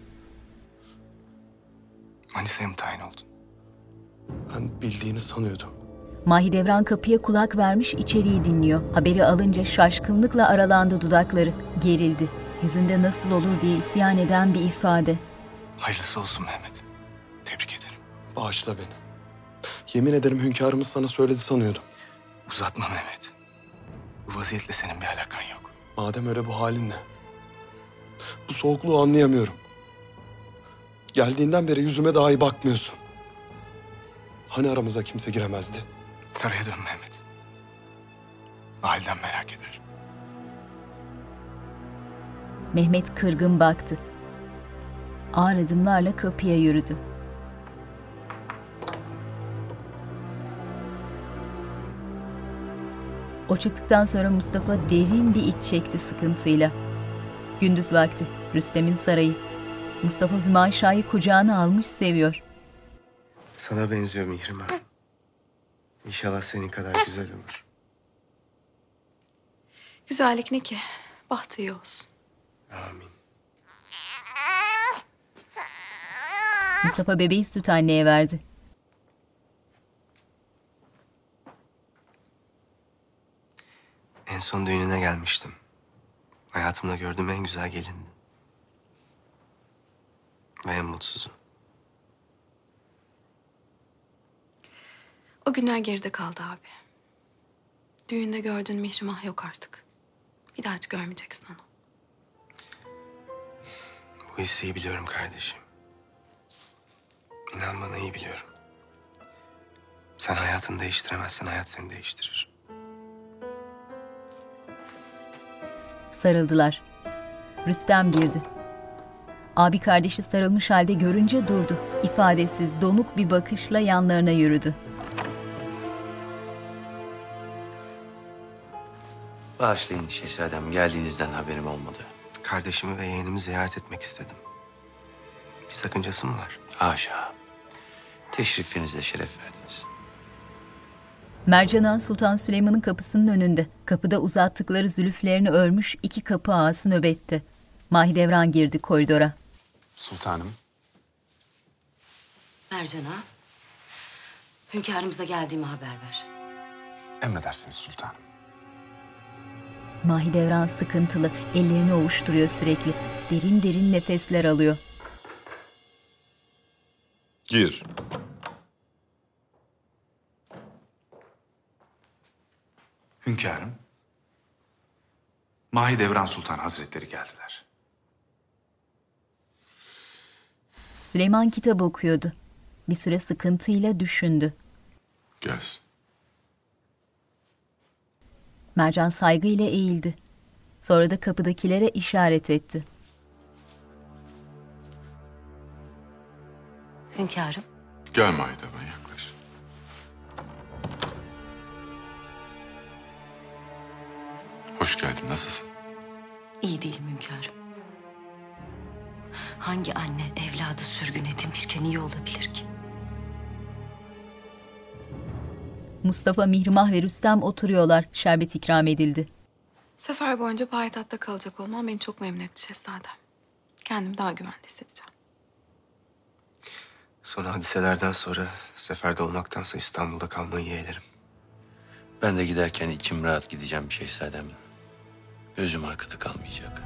Manisa'ya mı tayin oldun? Ben bildiğini sanıyordum. Mahidevran kapıya kulak vermiş, içeriği dinliyor. Haberi alınca şaşkınlıkla aralandı dudakları. Gerildi. Yüzünde nasıl olur diye isyan eden bir ifade. Hayırlısı olsun Mehmet. Tebrik ederim. Bağışla beni. Yemin ederim hünkârımız sana söyledi sanıyordum. Uzatma Mehmet. Bu vaziyetle senin bir alakan yok. Madem öyle bu halinle. Bu soğukluğu anlayamıyorum. Geldiğinden beri yüzüme dahi bakmıyorsun. Hani aramıza kimse giremezdi? Saraya dön Mehmet. Validen merak eder. Mehmet kırgın baktı. Ağır adımlarla kapıya yürüdü. O çıktıktan sonra Mustafa derin bir iç çekti sıkıntıyla. Gündüz vakti, Rüstem'in sarayı. Mustafa Hümayşa'yı kucağına almış seviyor. Sana benziyor Mihrimah. İnşallah senin kadar güzel olur. Güzellik ne ki? Bahtı iyi olsun. Amin. Mustafa bebeği süt anneye verdi. En son düğününe gelmiştim. Hayatımda gördüğüm en güzel gelindi. Ve en mutsuzu. O günler geride kaldı abi. Düğünde gördüğün Mihrimah yok artık. Bir daha hiç görmeyeceksin onu. Bu hissi iyi biliyorum kardeşim. İnan bana iyi biliyorum. Sen hayatını değiştiremezsen hayat seni değiştirir. Sarıldılar. Rüstem girdi. Abi kardeşi sarılmış halde görünce durdu. İfadesiz, donuk bir bakışla yanlarına yürüdü. Bağışlayın şehzadem, geldiğinizden haberim olmadı. Kardeşimi ve yeğenimi ziyaret etmek istedim. Bir sakıncası mı var? Haşa. Teşrifinizle şeref verdiniz. Mercan Ağa Sultan Süleyman'ın kapısının önünde. Kapıda uzattıkları zülüflerini örmüş iki kapı ağası nöbette. Mahidevran girdi koridora. Sultanım. Mercan Ağa, hünkârımıza geldiğimi haber ver. Emredersiniz sultanım. Mahidevran sıkıntılı, ellerini ovuşturuyor sürekli. Derin derin nefesler alıyor. Gir. Hünkârım. Mahidevran Sultan Hazretleri geldiler. Süleyman kitap okuyordu. Bir süre sıkıntıyla düşündü. Gelsin. Mercan saygıyla eğildi. Sonra da kapıdakilere işaret etti. Hünkârım. Gel Mahidevran, yaklaş. Hoş geldin, nasılsın? İyi değilim hünkârım. Hangi anne evladı sürgün edilmişken iyi olabilir ki? Mustafa, Mihrimah ve Rüstem oturuyorlar. Şerbet ikram edildi. Sefer boyunca payitahtta kalacak olmam beni çok memnun etti şehzadem. Kendimi daha güvende hissedeceğim. Son hadiselerden sonra seferde olmaktansa İstanbul'da kalmayı yeğlerim. Ben de giderken içim rahat gideceğim şehzadem. Gözüm arkada kalmayacak.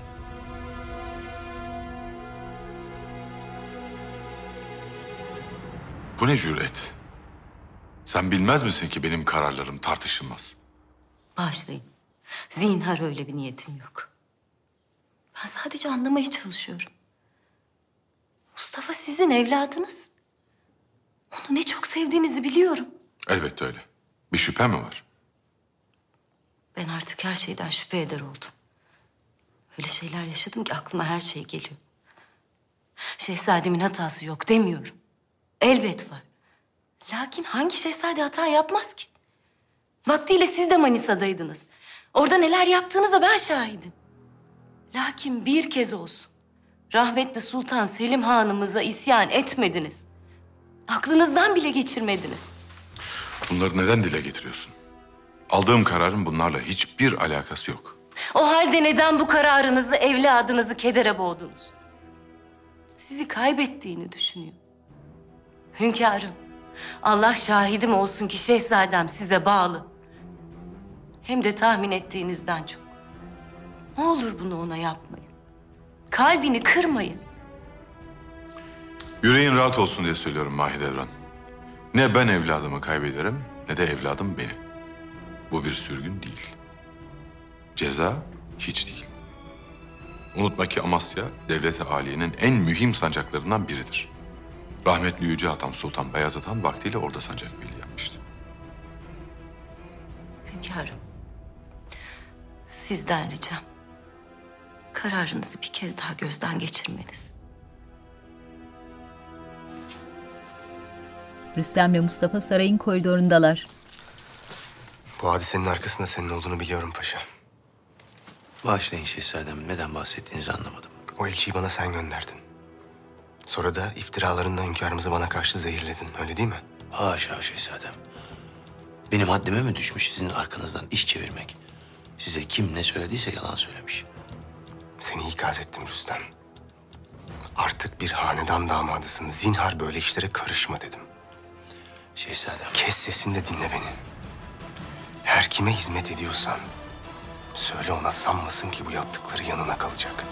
Bu ne cüret? Sen bilmez misin ki benim kararlarım tartışılmaz? Bağışlayın. Zinhar öyle bir niyetim yok. Ben sadece anlamaya çalışıyorum. Mustafa sizin evladınız. Onu ne çok sevdiğinizi biliyorum. Elbette öyle. Bir şüphe mi var? Ben artık her şeyden şüphe eder oldum. Öyle şeyler yaşadım ki aklıma her şey geliyor. Şehzademin hatası yok demiyorum. Elbet var. Lakin hangi şehzade hata yapmaz ki? Vaktiyle siz de Manisa'daydınız. Orada neler yaptığınıza ben şahidim. Lakin bir kez olsun rahmetli Sultan Selim Hanımıza isyan etmediniz. Aklınızdan bile geçirmediniz. Bunları neden dile getiriyorsun? Aldığım kararın bunlarla hiçbir alakası yok. O halde neden bu kararınızla evladınızı kedere boğdunuz? Sizi kaybettiğini düşünüyor. Hünkârım, Allah şahidim olsun ki şehzadem size bağlı. Hem de tahmin ettiğinizden çok. Ne olur bunu ona yapmayın. Kalbini kırmayın. Yüreğin rahat olsun diye söylüyorum Mahidevran. Ne ben evladımı kaybederim ne de evladım beni. Bu bir sürgün değil. Ceza hiç değil. Unutma ki Amasya, Devlet-i Aliye'nin en mühim sancaklarından biridir. Rahmetli Yüce Atam Sultan Beyazıt Han vaktiyle orada sancakbeyliği yapmıştı. Hünkârım, sizden ricam kararınızı bir kez daha gözden geçirmeniz. Rüstem'le Mustafa sarayın koridorundalar. Bu hadisenin arkasında senin olduğunu biliyorum paşa. Bağışlayın şehzadem. Neden bahsettiğinizi anlamadım. O elçiyi bana sen gönderdin. Sonra da iftiralarınla hünkârımızı bana karşı zehirledin. Öyle değil mi? Haşa şehzadem. Benim haddime mi düşmüş sizin arkanızdan iş çevirmek? Size kim ne söylediyse yalan söylemiş. Seni ikaz ettim Rüstem. Artık bir hanedan damadısın. Zinhar böyle işlere karışma dedim. Şehzadem. Kes sesini de dinle beni. Her kime hizmet ediyorsan söyle ona sanmasın ki bu yaptıkları yanına kalacak.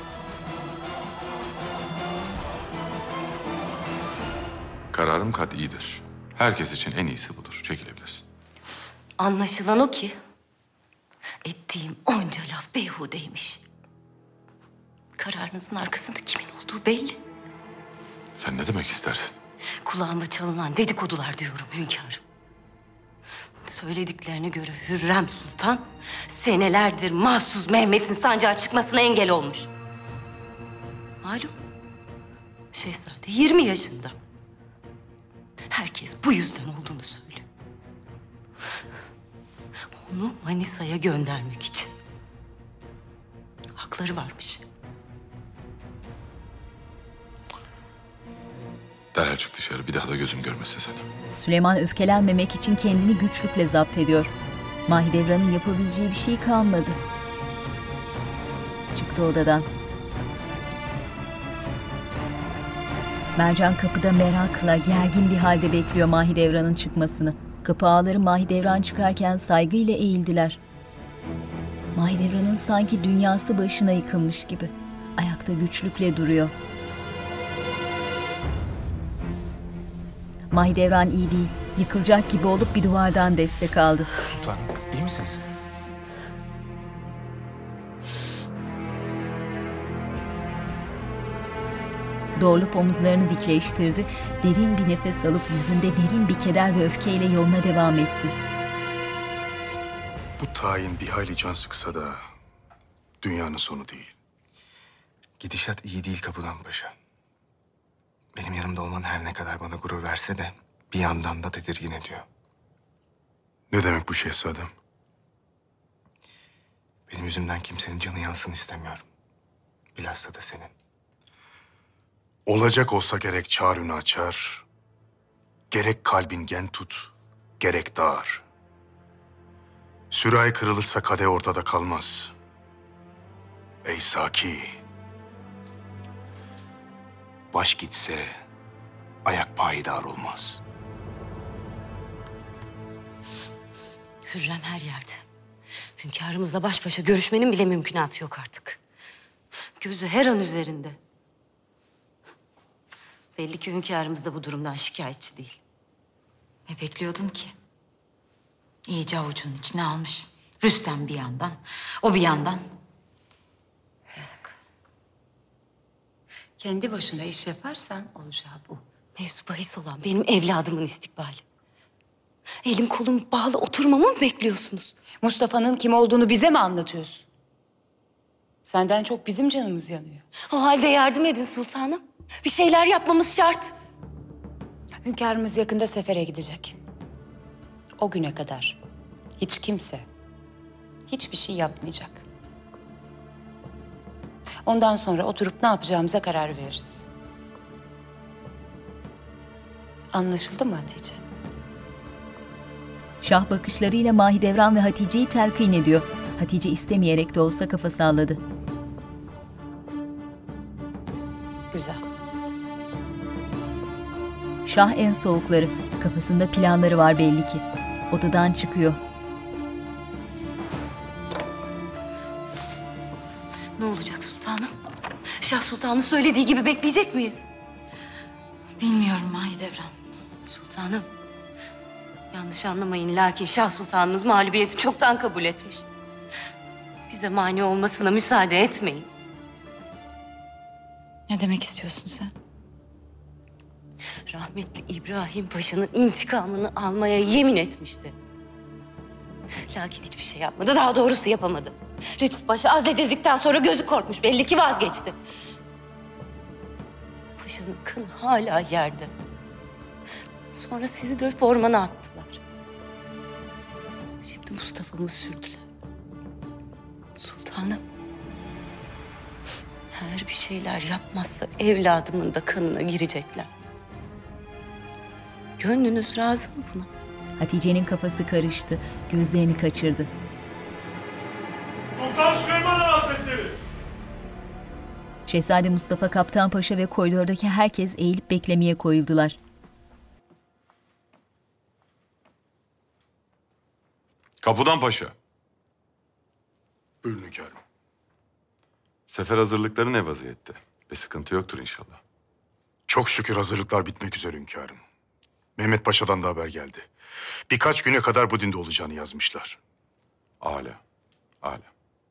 Kararım kat'idir. Herkes için en iyisi budur. Çekilebilirsin. Anlaşılan o ki ettiğim onca laf beyhudeymiş. Kararınızın arkasında kimin olduğu belli. Sen ne demek istersin? Kulağıma çalınan dedikodular diyorum hünkârım. Söylediklerine göre Hürrem Sultan senelerdir mahsus Mehmet'in sancağa çıkmasına engel olmuş. Malum şehzade 20 yaşında. Herkes bu yüzden olduğunu söylüyor. Onu Manisa'ya göndermek için. Hakları varmış. Derhal çık dışarı. Bir daha da gözüm görmesin seni. Süleyman öfkelenmemek için kendini güçlükle zapt ediyor. Mahidevran'ın yapabileceği bir şey kalmadı. Çıktı odadan. Mercan kapıda merakla, gergin bir halde bekliyor Mahidevran'ın çıkmasını. Kapı ağaları Mahidevran çıkarken saygıyla eğildiler. Mahidevran'ın sanki dünyası başına yıkılmış gibi. Ayakta güçlükle duruyor. Mahidevran iyi değil. Yıkılacak gibi olup bir duvardan destek aldı. Sultanım, iyi misiniz? Doğrulup omuzlarını dikleştirdi. Derin bir nefes alıp yüzünde derin bir keder ve öfkeyle yoluna devam etti. Bu tayin bir hayli can sıksa da dünyanın sonu değil. Gidişat iyi değil Kapıdan Paşa. Benim yanımda olman her ne kadar bana gurur verse de bir yandan da tedirgin ediyor. Ne demek bu şehzadem? Benim yüzümden kimsenin canı yansın istemiyorum. Bilhassa da senin. Olacak olsa gerek çağrını açar, gerek kalbin gen tut, gerek dağar. Sürahi kırılırsa kadeh ortada kalmaz. Ey Saki, baş gitse ayak payidar olmaz. Hürrem her yerde. Hünkârımızla baş başa görüşmenin bile mümkünatı yok artık. Gözü her an üzerinde. Belli ki hünkârımız da bu durumdan şikayetçi değil. Ne bekliyordun ki? İyice avucunun içine almış. Rüstem bir yandan, o bir yandan. Yazık. Kendi başına iş yaparsan olacağı bu. Mevzu bahis olan benim evladımın istikbali. Elim kolum bağlı oturmamı mı bekliyorsunuz? Mustafa'nın kim olduğunu bize mi anlatıyorsun? Senden çok bizim canımız yanıyor. O halde yardım edin sultanım. Bir şeyler yapmamız şart. Hünkârımız yakında sefere gidecek. O güne kadar hiç kimse hiçbir şey yapmayacak. Ondan sonra oturup ne yapacağımıza karar veririz. Anlaşıldı mı Hatice? Şah bakışlarıyla Mahidevran ve Hatice'yi telkin ediyor. Hatice istemeyerek de olsa kafa salladı. Güzel. Şah en soğukları. Kafasında planları var belli ki. Odadan çıkıyor. Ne olacak sultanım? Şah Sultan'ın söylediği gibi bekleyecek miyiz? Bilmiyorum Mahidevran. Sultanım, yanlış anlamayın lakin Şah Sultanımız mağlubiyeti çoktan kabul etmiş. Bize mani olmasına müsaade etmeyin. Ne demek istiyorsun sen? Rahmetli İbrahim Paşa'nın intikamını almaya yemin etmişti. Lakin hiçbir şey yapmadı, daha doğrusu yapamadı. Lütfü Paşa azledildikten sonra gözü korkmuş, belli ki vazgeçti. Paşa'nın kanı hala yerde. Sonra sizi dövüp ormana attılar. Şimdi Mustafa'mı sürdüler. Sultanım, eğer bir şeyler yapmazsa evladımın da kanına girecekler. Gönlünüz razı mı buna? Hatice'nin kafası karıştı. Gözlerini kaçırdı. Sultan Süleyman Hazretleri! Şehzade Mustafa, Kaptan Paşa ve koridordaki herkes eğilip beklemeye koyuldular. Kapıdan Paşa. Buyurun hünkârım. Sefer hazırlıkları ne vaziyette? Bir sıkıntı yoktur inşallah. Çok şükür hazırlıklar bitmek üzere hünkârım. Mehmet Paşa'dan da haber geldi. Birkaç güne kadar Budin'de olacağını yazmışlar. Âlâ, âlâ.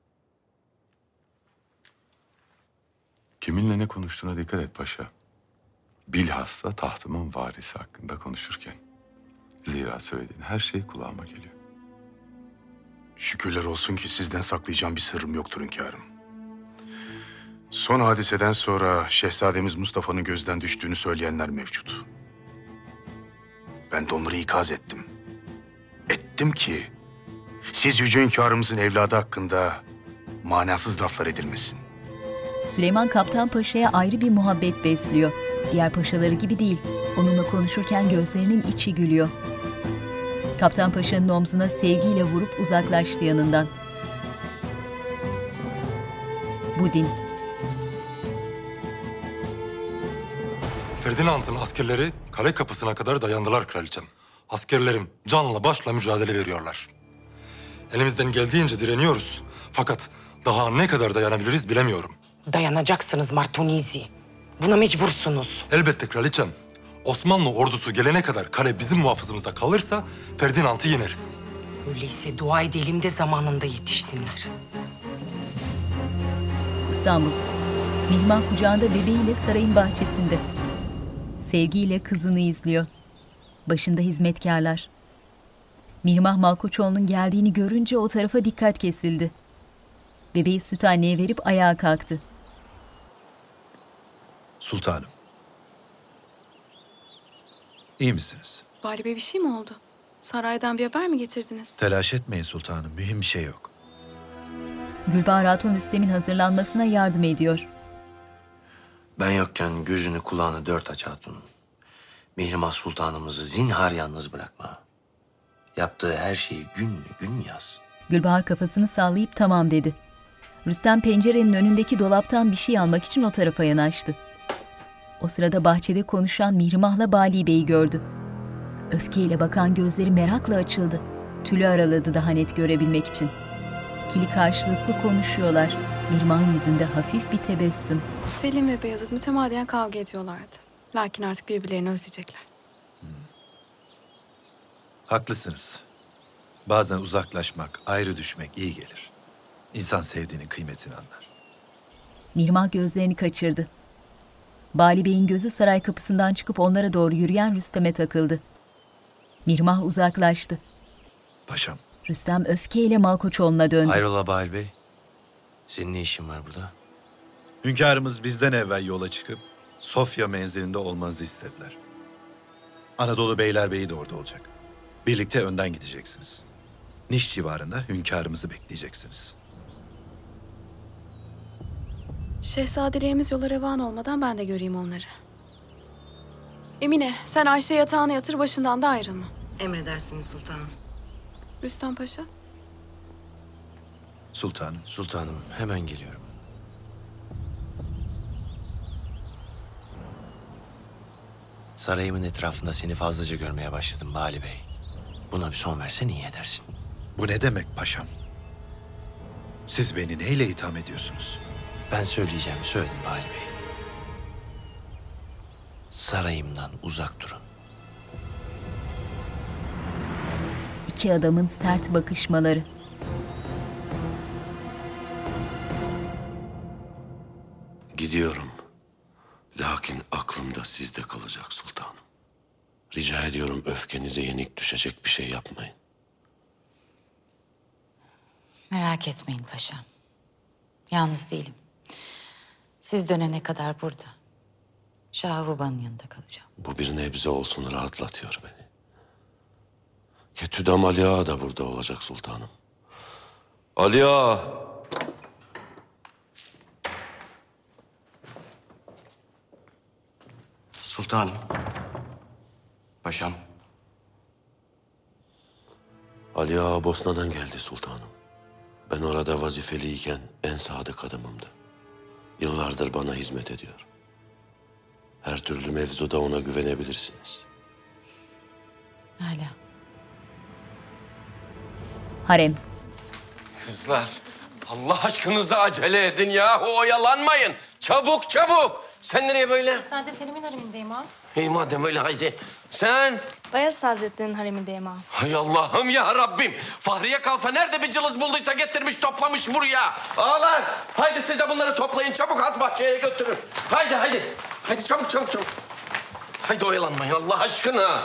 Kiminle ne konuştuğuna dikkat et paşa. Bilhassa tahtımın varisi hakkında konuşurken. Zira söylediğin her şey kulağıma geliyor. Şükürler olsun ki sizden saklayacağım bir sırrım yoktur hünkârım. Son hadiseden sonra şehzademiz Mustafa'nın gözden düştüğünü söyleyenler mevcut. Ben de onları ikaz ettim. Ettim ki siz yüce hünkârımızın evladı hakkında manasız laflar edilmesin. Süleyman Kaptan Paşa'ya ayrı bir muhabbet besliyor. Diğer paşaları gibi değil. Onunla konuşurken gözlerinin içi gülüyor. Kaptan Paşa'nın omzuna sevgiyle vurup uzaklaştı yanından. Budin. Ferdinand'ın askerleri kale kapısına kadar dayandılar kraliçem. Askerlerim canla başla mücadele veriyorlar. Elimizden geldiğince direniyoruz. Fakat daha ne kadar dayanabiliriz bilemiyorum. Dayanacaksınız Martunizi. Buna mecbursunuz. Elbette kraliçem. Osmanlı ordusu gelene kadar kale bizim muhafızımızda kalırsa Ferdinand'ı yeneriz. Öyleyse dua edelim de zamanında yetişsinler. İstanbul. Mihrimah kucağında bebeğiyle sarayın bahçesinde. Sevgiyle kızını izliyor. Başında hizmetkarlar. Mihrimah Malkoçoğlu'nun geldiğini görünce o tarafa dikkat kesildi. Bebeği süt anneye verip ayağa kalktı. Sultanım. İyi misiniz? Vali Bey bir şey mi oldu? Saraydan bir haber mi getirdiniz? Telaş etmeyin sultanım. Mühim bir şey yok. Gülbahar Hatun Rüstem'in hazırlanmasına yardım ediyor. Ben yokken gözünü kulağını dört aç hatun. Mihrimah Sultanımızı zinhar yalnız bırakma. Yaptığı her şeyi gün gün yaz. Gülbahar kafasını sallayıp tamam dedi. Rüstem pencerenin önündeki dolaptan bir şey almak için o tarafa yanaştı. O sırada bahçede konuşan Mihrimah'la Bali Bey'i gördü. Öfkeyle bakan gözleri merakla açıldı. Tülü araladı daha net görebilmek için. İkili karşılıklı konuşuyorlar. Mihrimah'ın yüzünde hafif bir tebessüm. Selim ve Beyazıt mütemadiyen kavga ediyorlardı. Lakin artık birbirlerini özleyecekler. Haklısınız. Bazen uzaklaşmak, ayrı düşmek iyi gelir. İnsan sevdiğinin kıymetini anlar. Mihrimah gözlerini kaçırdı. Bali Bey'in gözü saray kapısından çıkıp onlara doğru yürüyen Rüstem'e takıldı. Mihrimah uzaklaştı. Paşam. Rüstem öfkeyle Malkoçoğlu'na döndü. Hayrola Bahir Bey? Senin ne işin var burada? Hünkârımız bizden evvel yola çıkıp Sofya menzilinde olmanızı istediler. Anadolu Beylerbeyi de orada olacak. Birlikte önden gideceksiniz. Niş civarında hünkârımızı bekleyeceksiniz. Şehzadelerimiz yola revan olmadan ben de göreyim onları. Emine, sen Ayşe yatağına yatır, başından da ayrılma. Emredersiniz sultanım. Rüstem Paşa. Sultanım. Sultanım, hemen geliyorum. Sarayımın etrafında seni fazlaca görmeye başladım Bali Bey. Buna bir son versen iyi edersin. Bu ne demek paşam? Siz beni neyle itham ediyorsunuz? Ben söyleyeceğimi söyledim Bali Bey. Sarayımdan uzak durun. İki adamın sert bakışmaları. Gidiyorum. Lakin aklımda sizde kalacak sultanım. Rica ediyorum öfkenize yenik düşecek bir şey yapmayın. Merak etmeyin paşam. Yalnız değilim. Siz dönene kadar burada. Şahuba'nın yanında kalacağım. Bu bir nebze olsun rahatlatıyor beni. Ketüdam Ali Ağa da burada olacak sultanım. Ali Ağa! Sultanım. Paşam. Ali Ağa Bosna'dan geldi sultanım. Ben orada vazifeliyken en sadık adamımdı. Yıllardır bana hizmet ediyor. Her türlü mevzuda ona güvenebilirsiniz. Hala. Harem. Kızlar, Allah aşkınıza acele edin ya. Oyalanmayın. Çabuk çabuk. Sen nereye böyle? Sen de Selim'in haremindeyim ha. İyi madem öyle haydi. Sen? Bayezid Hazretleri'nin haremindeyim ağam. Hay Allah'ım ya Rabbim. Fahriye Kalfa nerede bir cılız bulduysa getirmiş toplamış buraya. Ağalar haydi siz de bunları toplayın çabuk az bahçeye götürün. Haydi haydi. Haydi çabuk çabuk çabuk. Haydi oyalanmayın Allah aşkına.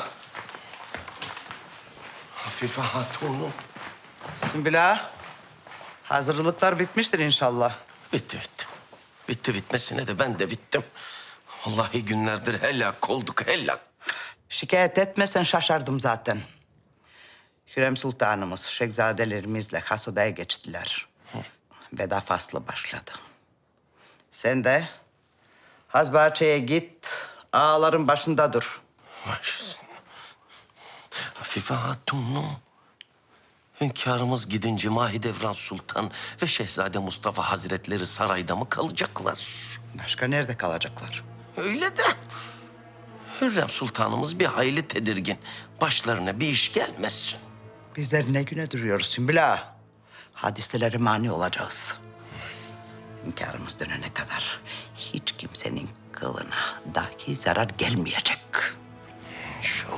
Hafife Hatun'um. Sümbül Ağa, hazırlıklar bitmiştir inşallah. Bitti bitti. Bitti bitmesine de ben de bittim. Vallahi günlerdir helak olduk helak. Şikayet etmesen şaşardım zaten. Hürrem Sultanımız şehzadelerimizle has odaya geçtiler. Veda faslı başladı. Sen de haz bahçeye git, ağaların başında dur. Hafife Hatun'um. Hünkârımız gidince Mahidevran Sultan ve Şehzade Mustafa Hazretleri sarayda mı kalacaklar? Başka nerede kalacaklar? Öyle de. Hürrem Sultanımız bir hayli tedirgin. Başlarına bir iş gelmesin. Bizler ne güne duruyoruz Sümbül Ağa? Hadiselere mani olacağız. Hünkârımız dönene kadar hiç kimsenin kılına dahi zarar gelmeyecek. İnşallah.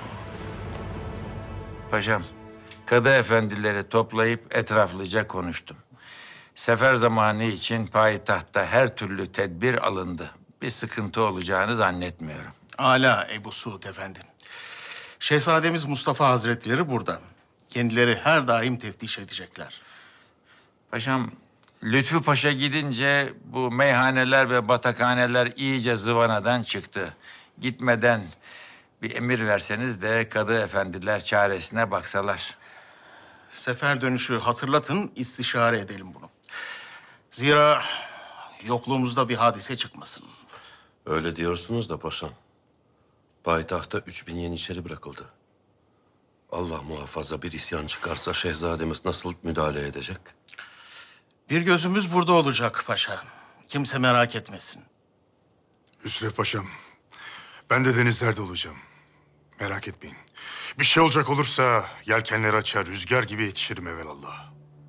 Paşam, kadı efendileri toplayıp etraflıca konuştum. Sefer zamanı için payitahtta her türlü tedbir alındı. Bir sıkıntı olacağını zannetmiyorum. Âlâ Ebu Suud Efendi. Şehzademiz Mustafa Hazretleri burada. Kendileri her daim teftiş edecekler. Paşam, Lütfü Paşa gidince bu meyhaneler ve batakhaneler iyice zıvanadan çıktı. Gitmeden bir emir verseniz de kadı efendiler çaresine baksalar. Sefer dönüşü hatırlatın, istişare edelim bunu. Zira yokluğumuzda bir hadise çıkmasın. Öyle diyorsunuz da paşam. Payitahta 3000 yeniçeri bırakıldı. Allah muhafaza bir isyan çıkarsa şehzademiz nasıl müdahale edecek? Bir gözümüz burada olacak paşa. Kimse merak etmesin. Hüsrev Paşam, ben de denizlerde olacağım. Merak etmeyin. Bir şey olacak olursa yelkenleri açar, rüzgar gibi yetişirim evelallah.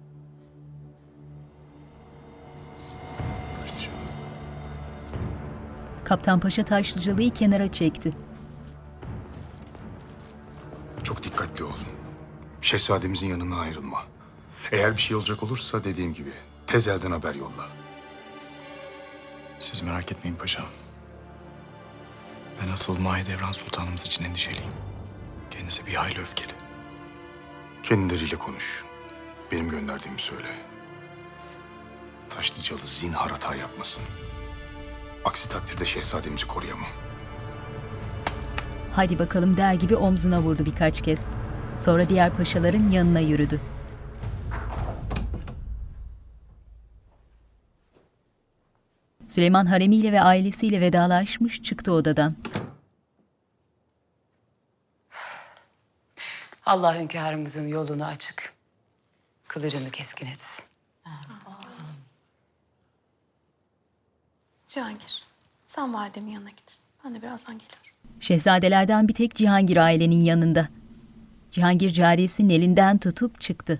Kaptan Paşa Taşlıcalı'yı kenara çekti. Çok dikkatli ol. Şehzademizin yanına ayrılma. Eğer bir şey olacak olursa dediğim gibi tez elden haber yolla. Siz merak etmeyin paşam. Ben asıl Mahidevran Sultanımız için endişeliyim. Kendisi bir hayli öfkeli. Kendileriyle konuş. Benim gönderdiğimi söyle. Taşlıcalı zinhar hata yapmasın. Aksi takdirde şehzademizi koruyamam. Hadi bakalım der gibi omzuna vurdu birkaç kez. Sonra diğer paşaların yanına yürüdü. Süleyman haremiyle ve ailesiyle vedalaşmış çıktı odadan. Allah hünkârımızın yolunu açık, kılıcını keskin etsin. Cihangir, sen validemin yanına git. Ben de birazdan geliyorum. Şehzadelerden bir tek Cihangir ailenin yanında. Cihangir cariyesinin elinden tutup çıktı.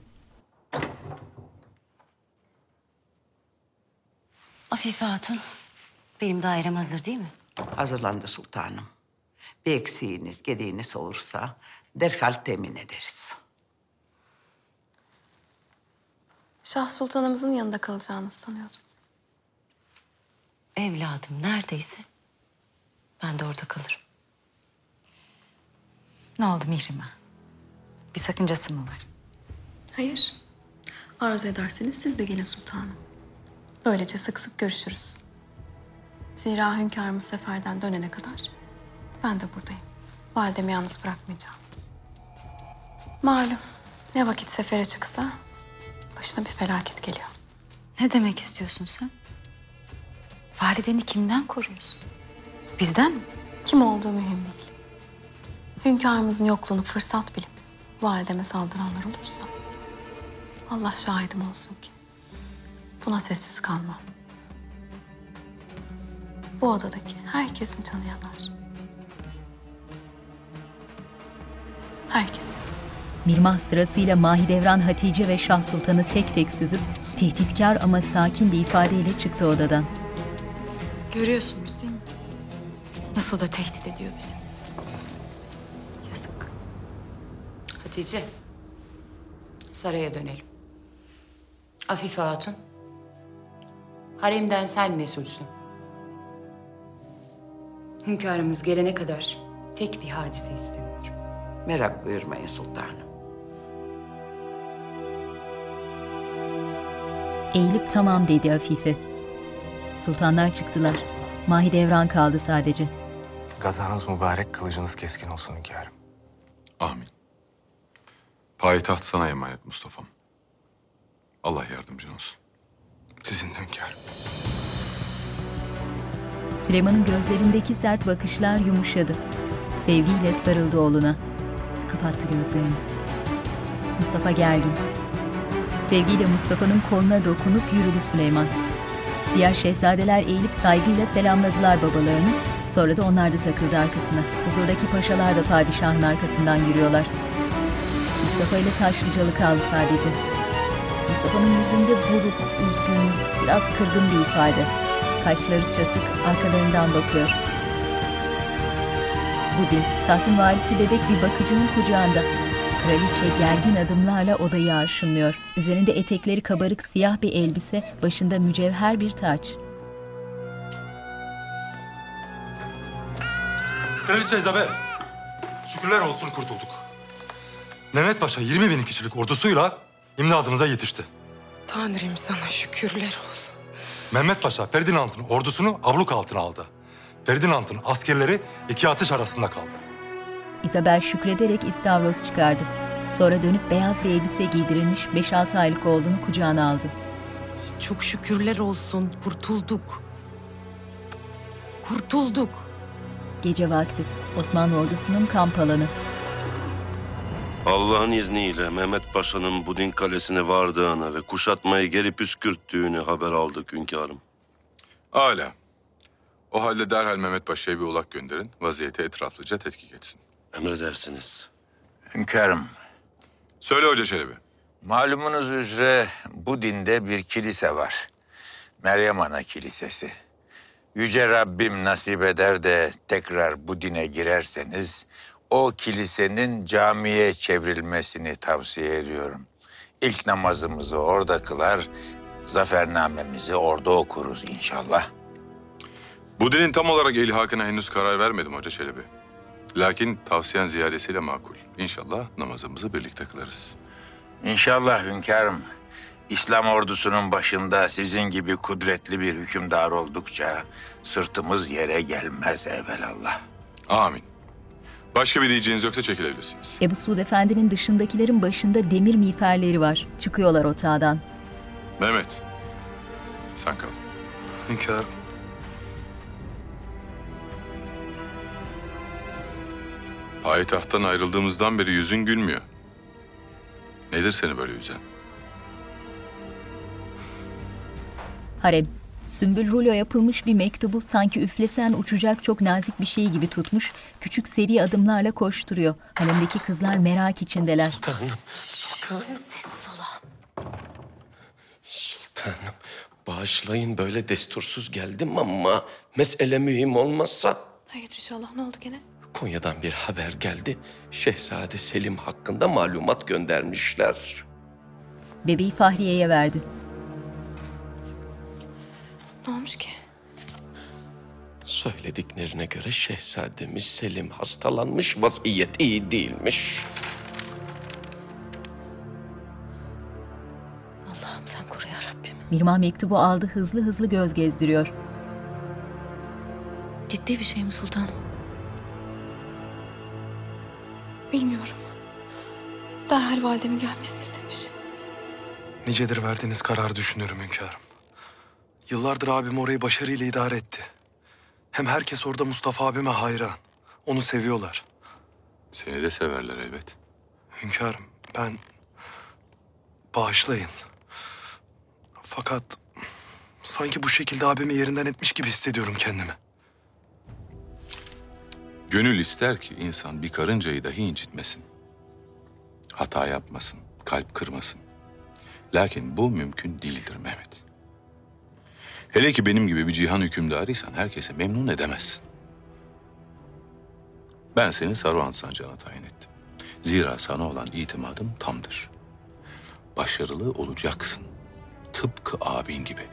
Afife Hatun, benim dairem hazır değil mi? Hazırlandı sultanım. Bir eksiğiniz, gediğiniz olursa derhal temin ederiz. Şah Sultanımızın yanında kalacağınızı sanıyordum. Evladım neredeyse ben de orada kalırım. Ne oldu Mihrim'e? Bir sakıncası mı var? Hayır. Arzu ederseniz siz de gelin sultanım. Böylece sık sık görüşürüz. Zira hünkârımız seferden dönene kadar ben de buradayım. Validemi yalnız bırakmayacağım. Malum ne vakit sefere çıksa başına bir felaket geliyor. Ne demek istiyorsun sen? Valideni kimden koruyorsun? Bizden mi? Kim olduğu mühim değil. Hünkârımızın yokluğunu fırsat bilip valideme saldıranlar olursa Allah şahidim olsun ki buna sessiz kalmam. Bu odadaki herkesin canı yanar. Herkesin. Mirmah sırasıyla Mahidevran, Hatice ve Şah Sultan'ı tek tek süzüp tehditkar ama sakin bir ifadeyle çıktı odadan. Görüyorsunuz değil mi? Nasıl da tehdit ediyor bizi. Yazık. Hatice, saraya dönelim. Afife Hatun, haremden sen mesulsün. Hünkârımız gelene kadar tek bir hadise istemiyorum. Merak buyurmayın sultanım. Eğilip tamam dedi Afife. Sultanlar çıktılar. Mahidevran kaldı sadece. Gazanız mübarek, kılıcınız keskin olsun hünkârım. Amin. Payitaht sana emanet Mustafa'm. Allah yardımcın olsun. Sizin de hünkârım. Süleyman'ın gözlerindeki sert bakışlar yumuşadı. Sevgiyle sarıldı oğluna. Kapattı gözlerini. Mustafa gergin. Sevgiyle Mustafa'nın koluna dokunup yürüdü Süleyman. Diğer şehzadeler eğilip saygıyla selamladılar babalarını. Sonra da onlar da takıldı arkasına. Huzurdaki paşalar da padişahın arkasından yürüyorlar. Mustafa ile Taşlıcalı kaldı sadece. Mustafa'nın yüzünde buruk, üzgün, biraz kırgın bir ifade. Kaşları çatık, arkalarından bakıyor. Budin, tahtın varisi bebek bir bakıcının kucağında. Kraliçe gergin adımlarla odayı arşınlıyor. Üzerinde etekleri kabarık siyah bir elbise, başında mücevher bir taç. Kraliçe Isabel, şükürler olsun kurtulduk. Mehmet Paşa 20.000 kişilik ordusuyla imdadınıza yetişti. Tanrım sana şükürler olsun. Mehmet Paşa Ferdinand'ın ordusunu abluk altına aldı. Ferdinand'ın askerleri iki atış arasında kaldı. Isabel şükrederek istavroz çıkardı. Sonra dönüp beyaz bir elbise giydirilmiş 5-6 aylık oğlunu kucağına aldı. Çok şükürler olsun. Kurtulduk. Kurtulduk. Gece vakti Osmanlı ordusunun kamp alanı. Allah'ın izniyle Mehmet Paşa'nın Budin Kalesi'ne vardığını ve kuşatmayı geri püskürttüğünü haber aldık hünkârım. Âlâ. O halde derhal Mehmet Paşa'ya bir ulak gönderin. Vaziyeti etraflıca tetkik etsin. Emredersiniz. Hünkârım. Söyle Hoca Çelebi. Malumunuz üzere bu dinde bir kilise var. Meryem Ana Kilisesi. Yüce Rabbim nasip eder de tekrar bu dine girerseniz o kilisenin camiye çevrilmesini tavsiye ediyorum. İlk namazımızı orada kılar, zafernamemizi orada okuruz inşallah. Bu dinin tam olarak ilhakına henüz karar vermedim Hoca Çelebi. Lakin tavsiyen ziyadesiyle makul. İnşallah namazımızı birlikte kılarız. İnşallah hünkârım. İslam ordusunun başında sizin gibi kudretli bir hükümdar oldukça sırtımız yere gelmez evelallah. Amin. Başka bir diyeceğiniz yoksa çekilebilirsiniz. Ebu Suud Efendi'nin dışındakilerin başında demir miğferleri var. Çıkıyorlar otağdan. Mehmet, sen kal. Hünkârım. Payitahttan ayrıldığımızdan beri yüzün gülmüyor. Nedir seni böyle üzen? Harem. Sümbül rulo yapılmış bir mektubu sanki üflesen uçacak çok nazik bir şey gibi tutmuş, küçük seri adımlarla koşturuyor. Haremdeki kızlar merak içindeler. Sultanım. Sessiz ol. Sultanım, bağışlayın böyle destursuz geldim ama mesele mühim olmazsa. Hayır inşallah. Ne oldu gene? Konya'dan bir haber geldi. Şehzade Selim hakkında malumat göndermişler. Bebeği Fahriye'ye verdi. Ne olmuş ki? Söylediklerine göre şehzademiz Selim hastalanmış, vaziyet iyi değilmiş. Allah'ım sen koru ya Rabbim. Mirmah mektubu aldı, hızlı hızlı göz gezdiriyor. Ciddi bir şey mi sultanım? Bilmiyorum. Derhal validemin gelmesini istemiş. Nicedir verdiğiniz kararı düşünüyorum hünkârım. Yıllardır abim orayı başarıyla idare etti. Hem herkes orada Mustafa abime hayran. Onu seviyorlar. Seni de severler elbet. Hünkârım ben... Bağışlayın. Fakat sanki bu şekilde abimi yerinden etmiş gibi hissediyorum kendimi. Gönül ister ki insan bir karıncayı dahi incitmesin. Hata yapmasın, kalp kırmasın. Lakin bu mümkün değildir Mehmet. Hele ki benim gibi bir cihan hükümdarıysan herkese memnun edemezsin. Ben seni Saruhan Sancağı'na tayin ettim. Zira sana olan itimadım tamdır. Başarılı olacaksın. Tıpkı abin gibi.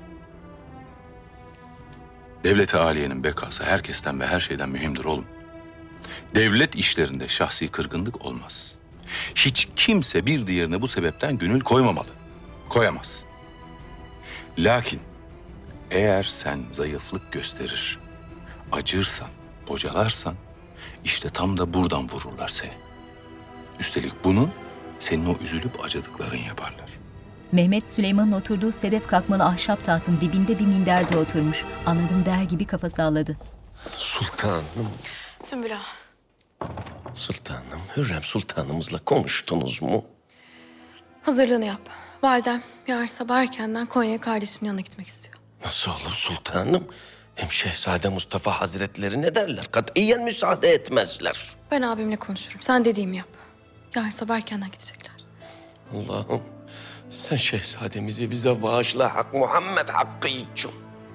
Devlet-i âliyenin bekası herkesten ve her şeyden mühimdir oğlum. Devlet işlerinde şahsi kırgınlık olmaz. Hiç kimse bir diğerine bu sebepten gönül koymamalı. Koyamaz. Lakin eğer sen zayıflık gösterir, acırsan, bocalarsan işte tam da buradan vururlar seni. Üstelik bunu senin o üzülüp acıdıkların yaparlar. Mehmet Süleyman'ın oturduğu sedef kalkmalı ahşap tahtın dibinde bir minderde oturmuş. Anladım der gibi kafa salladı. Sultanım. Sümbül Ağa. Sultanım, Hürrem Sultanımızla konuştunuz mu? Hazırlığını yap. Validem yarın sabah erkenden Konya'ya kardeşimin yanına gitmek istiyor. Nasıl olur sultanım? Hem Şehzade Mustafa Hazretleri ne derler? Katiyen müsaade etmezler. Ben abimle konuşurum. Sen dediğimi yap. Yarın sabah erkenden gidecekler. Allah'ım sen şehzademizi bize bağışla Hak Muhammed hakkı için.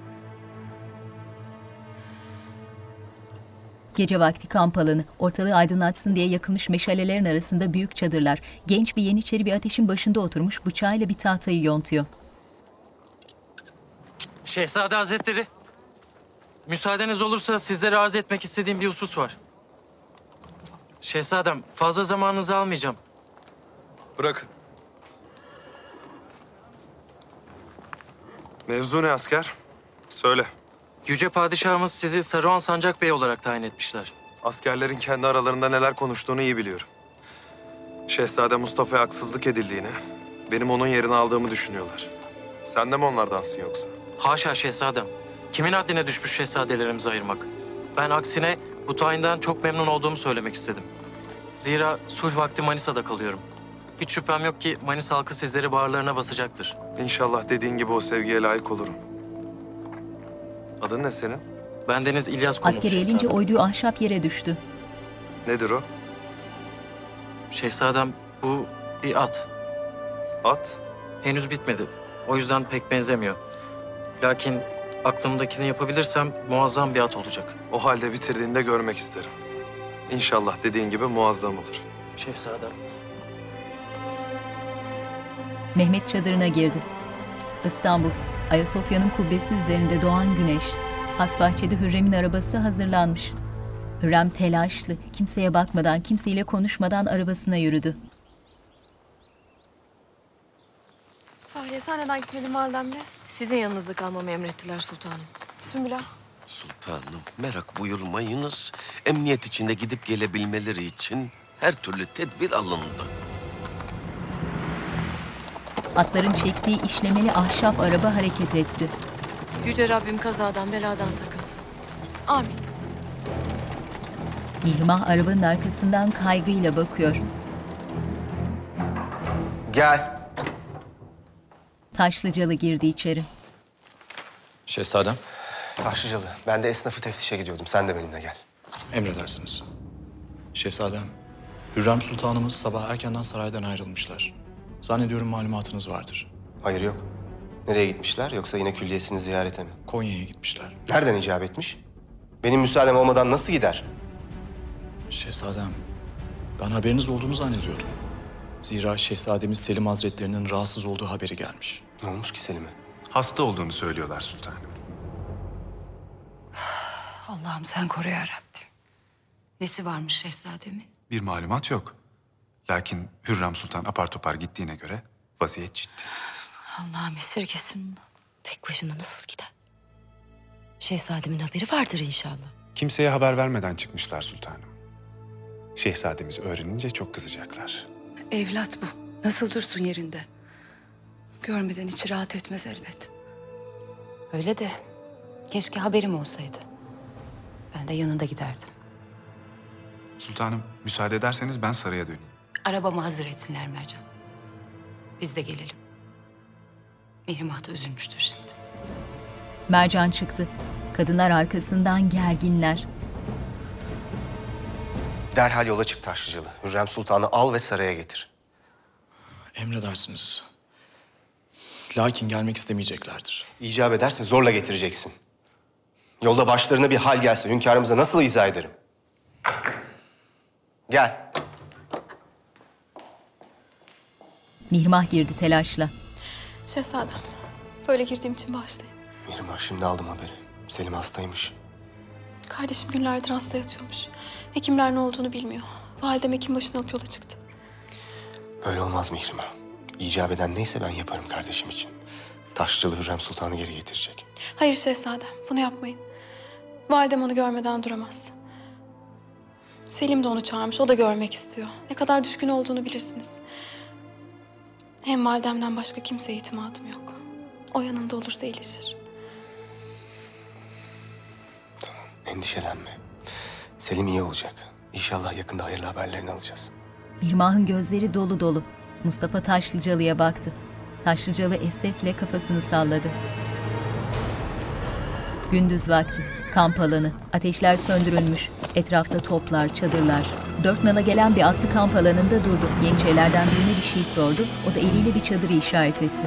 Gece vakti kamp alanı, ortalığı aydınlatsın diye yakılmış meşalelerin arasında büyük çadırlar. Genç bir yeniçeri bir ateşin başında oturmuş, bıçağıyla bir tahtayı yontuyor. Şehzade Hazretleri, müsaadeniz olursa sizlere arz etmek istediğim bir husus var. Şehzadem, fazla zamanınızı almayacağım. Bırakın. Mevzu ne asker? Söyle. Yüce Padişahımız sizi Saruhan Sancak Bey olarak tayin etmişler. Askerlerin kendi aralarında neler konuştuğunu iyi biliyorum. Şehzade Mustafa'ya haksızlık edildiğini, benim onun yerini aldığımı düşünüyorlar. Sen de mi onlardansın yoksa? Haşa şehzadem. Kimin haddine düşmüş şehzadelerimizi ayırmak? Ben aksine bu tayinden çok memnun olduğumu söylemek istedim. Zira sulh vakti Manisa'da kalıyorum. Hiç şüphem yok ki Manisa halkı sizleri bağırlarına basacaktır. İnşallah dediğin gibi o sevgiye layık olurum. Adın ne senin? Bendeniz İlyas Konuk Askeri elince oyduğu ahşap yere düştü. Nedir o? Şehzadem, bu bir at. At? Henüz bitmedi. O yüzden pek benzemiyor. Lakin aklımdakini yapabilirsem muazzam bir at olacak. O halde bitirdiğinde görmek isterim. İnşallah dediğin gibi muazzam olur. Şehzadem. Mehmet çadırına girdi. İstanbul, Ayasofya'nın kubbesi üzerinde doğan güneş. Hasbahçe'de Hürrem'in arabası hazırlanmış. Hürrem telaşlı, kimseye bakmadan, kimseyle konuşmadan arabasına yürüdü. Fahriye sen neden gitmedin validemle? Sizin yanınızda kalmamı emrettiler sultanım. Sümbüla. Sultanım, merak buyurmayınız. Emniyet içinde gidip gelebilmeleri için her türlü tedbir alındı. Atların çektiği işlemeli ahşap araba hareket etti. Yüce Rabbim kazadan beladan sakınsın. Amin. Mihrimah arabanın arkasından kaygıyla bakıyor. Gel. Taşlıcalı girdi içeri. Şehzadem. Taşlıcalı, ben de esnafı teftişe gidiyordum. Sen de benimle gel. Emredersiniz. Şehzadem, Hürrem Sultanımız sabah erkenden saraydan ayrılmışlar. Zannediyorum malumatınız vardır. Hayır yok. Nereye gitmişler yoksa yine külliyesini ziyarete mi? Konya'ya gitmişler. Nereden icap etmiş? Benim müsaadem olmadan nasıl gider? Şehzadem, ben haberiniz olduğunu zannediyordum. Zira Şehzademiz Selim Hazretlerinin rahatsız olduğu haberi gelmiş. Ne olmuş ki Selim'e? Hasta olduğunu söylüyorlar sultanım. Allah'ım sen koru ya Rabbim. Nesi varmış şehzademin? Bir malumat yok. Lakin Hürrem Sultan apar topar gittiğine göre vaziyet ciddi. Allah'ım esirgesin bunu. Tek başına nasıl gider? Şehzademin haberi vardır inşallah. Kimseye haber vermeden çıkmışlar sultanım. Şehzademiz öğrenince çok kızacaklar. Evlat bu. Nasıl dursun yerinde? Görmeden içi rahat etmez elbet. Öyle de keşke haberim olsaydı. Ben de yanında giderdim. Sultanım, müsaade ederseniz ben saraya döneyim. Arabamı hazır etsinler Mercan. Biz de gelelim. Mihrimah da üzülmüştür şimdi. Mercan çıktı. Kadınlar arkasından gerginler. Derhal yola çık Taşlıcalı. Hürrem Sultan'ı al ve saraya getir. Emredersiniz. Lakin gelmek istemeyeceklerdir. İcap ederse zorla getireceksin. Yolda başlarına bir hal gelse hünkârımıza nasıl izah ederim? Gel. Mihrimah girdi telaşla. Şehzadem, böyle girdiğim için bağışlayın. Mihrimah, şimdi aldım haberi. Selim hastaymış. Kardeşim günlerdir hasta yatıyormuş. Hekimler ne olduğunu bilmiyor. Validem hekim başına alıp yola çıktı. Böyle olmaz Mihrimah. İcap eden neyse ben yaparım kardeşim için. Taşlıcalı Hürrem Sultan'ı geri getirecek. Hayır şehzadem, bunu yapmayın. Validem onu görmeden duramaz. Selim de onu çağırmış, o da görmek istiyor. Ne kadar düşkün olduğunu bilirsiniz. Hem validemden başka kimseye itimadım yok. O yanında olursa iyileşir. Endişelenme. Selim iyi olacak. İnşallah yakında hayırlı haberlerini alacağız. Mihrimah'ın gözleri dolu dolu. Mustafa Taşlıcalı'ya baktı. Taşlıcalı esefle kafasını salladı. Gündüz vakti. Kamp alanı. Ateşler söndürülmüş. Etrafta toplar, çadırlar. 4 nala gelen bir atlı kamp alanında durdu. Yeniçerilerden birine bir şey sordu. O da eliyle bir çadırı işaret etti.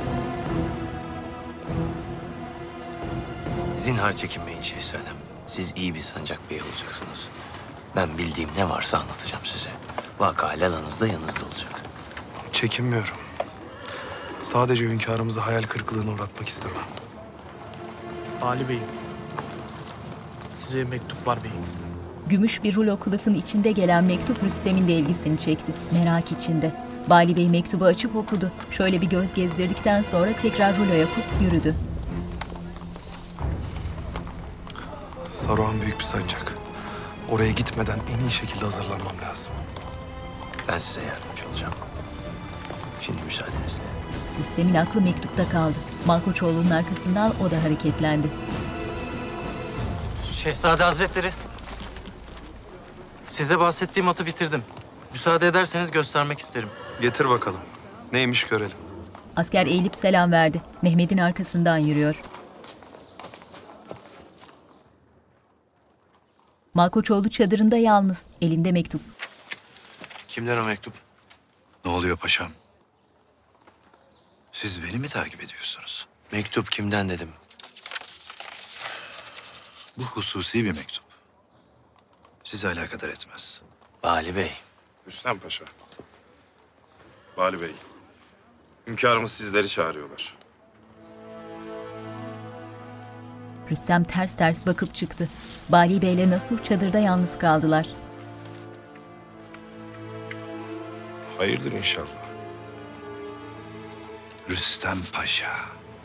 Zinhar çekinmeyin şehzadem. Siz iyi bir sancak beyi olacaksınız. Ben bildiğim ne varsa anlatacağım size. Vaka lalanız yanınızda olacak. Çekinmiyorum. Sadece hünkârımızı hayal kırıklığına uğratmak istemem. Ali Bey'im. Size mektup var beyim. Gümüş bir rulo kılıfın içinde gelen mektup Rüstem'in de ilgisini çekti. Merak içinde. Bali Bey mektubu açıp okudu. Şöyle bir göz gezdirdikten sonra tekrar rulo yapıp yürüdü. Saruhan büyük bir sancak. Oraya gitmeden en iyi şekilde hazırlanmam lazım. Ben size yardımcı olacağım. Şimdi müsaadenizle. Rüstem'in aklı mektupta kaldı. Malkoçoğlu'nun arkasından o da hareketlendi. Şehzade Hazretleri. Size bahsettiğim atı bitirdim. Müsaade ederseniz göstermek isterim. Getir bakalım. Neymiş görelim. Asker eğilip selam verdi. Mehmet'in arkasından yürüyor. Malkoçoğlu çadırında yalnız. Elinde mektup. Kimden o mektup? Ne oluyor paşam? Siz beni mi takip ediyorsunuz? Mektup kimden dedim. Bu hususi bir mektup. Sizi alakadar etmez. Vali Bey. Rüstem Paşa. Vali Bey. Hünkârımız sizleri çağırıyorlar. Rüstem ters ters bakıp çıktı. Bali Bey'le Nasuh çadırda yalnız kaldılar. Hayırdır inşallah. Rüstem Paşa.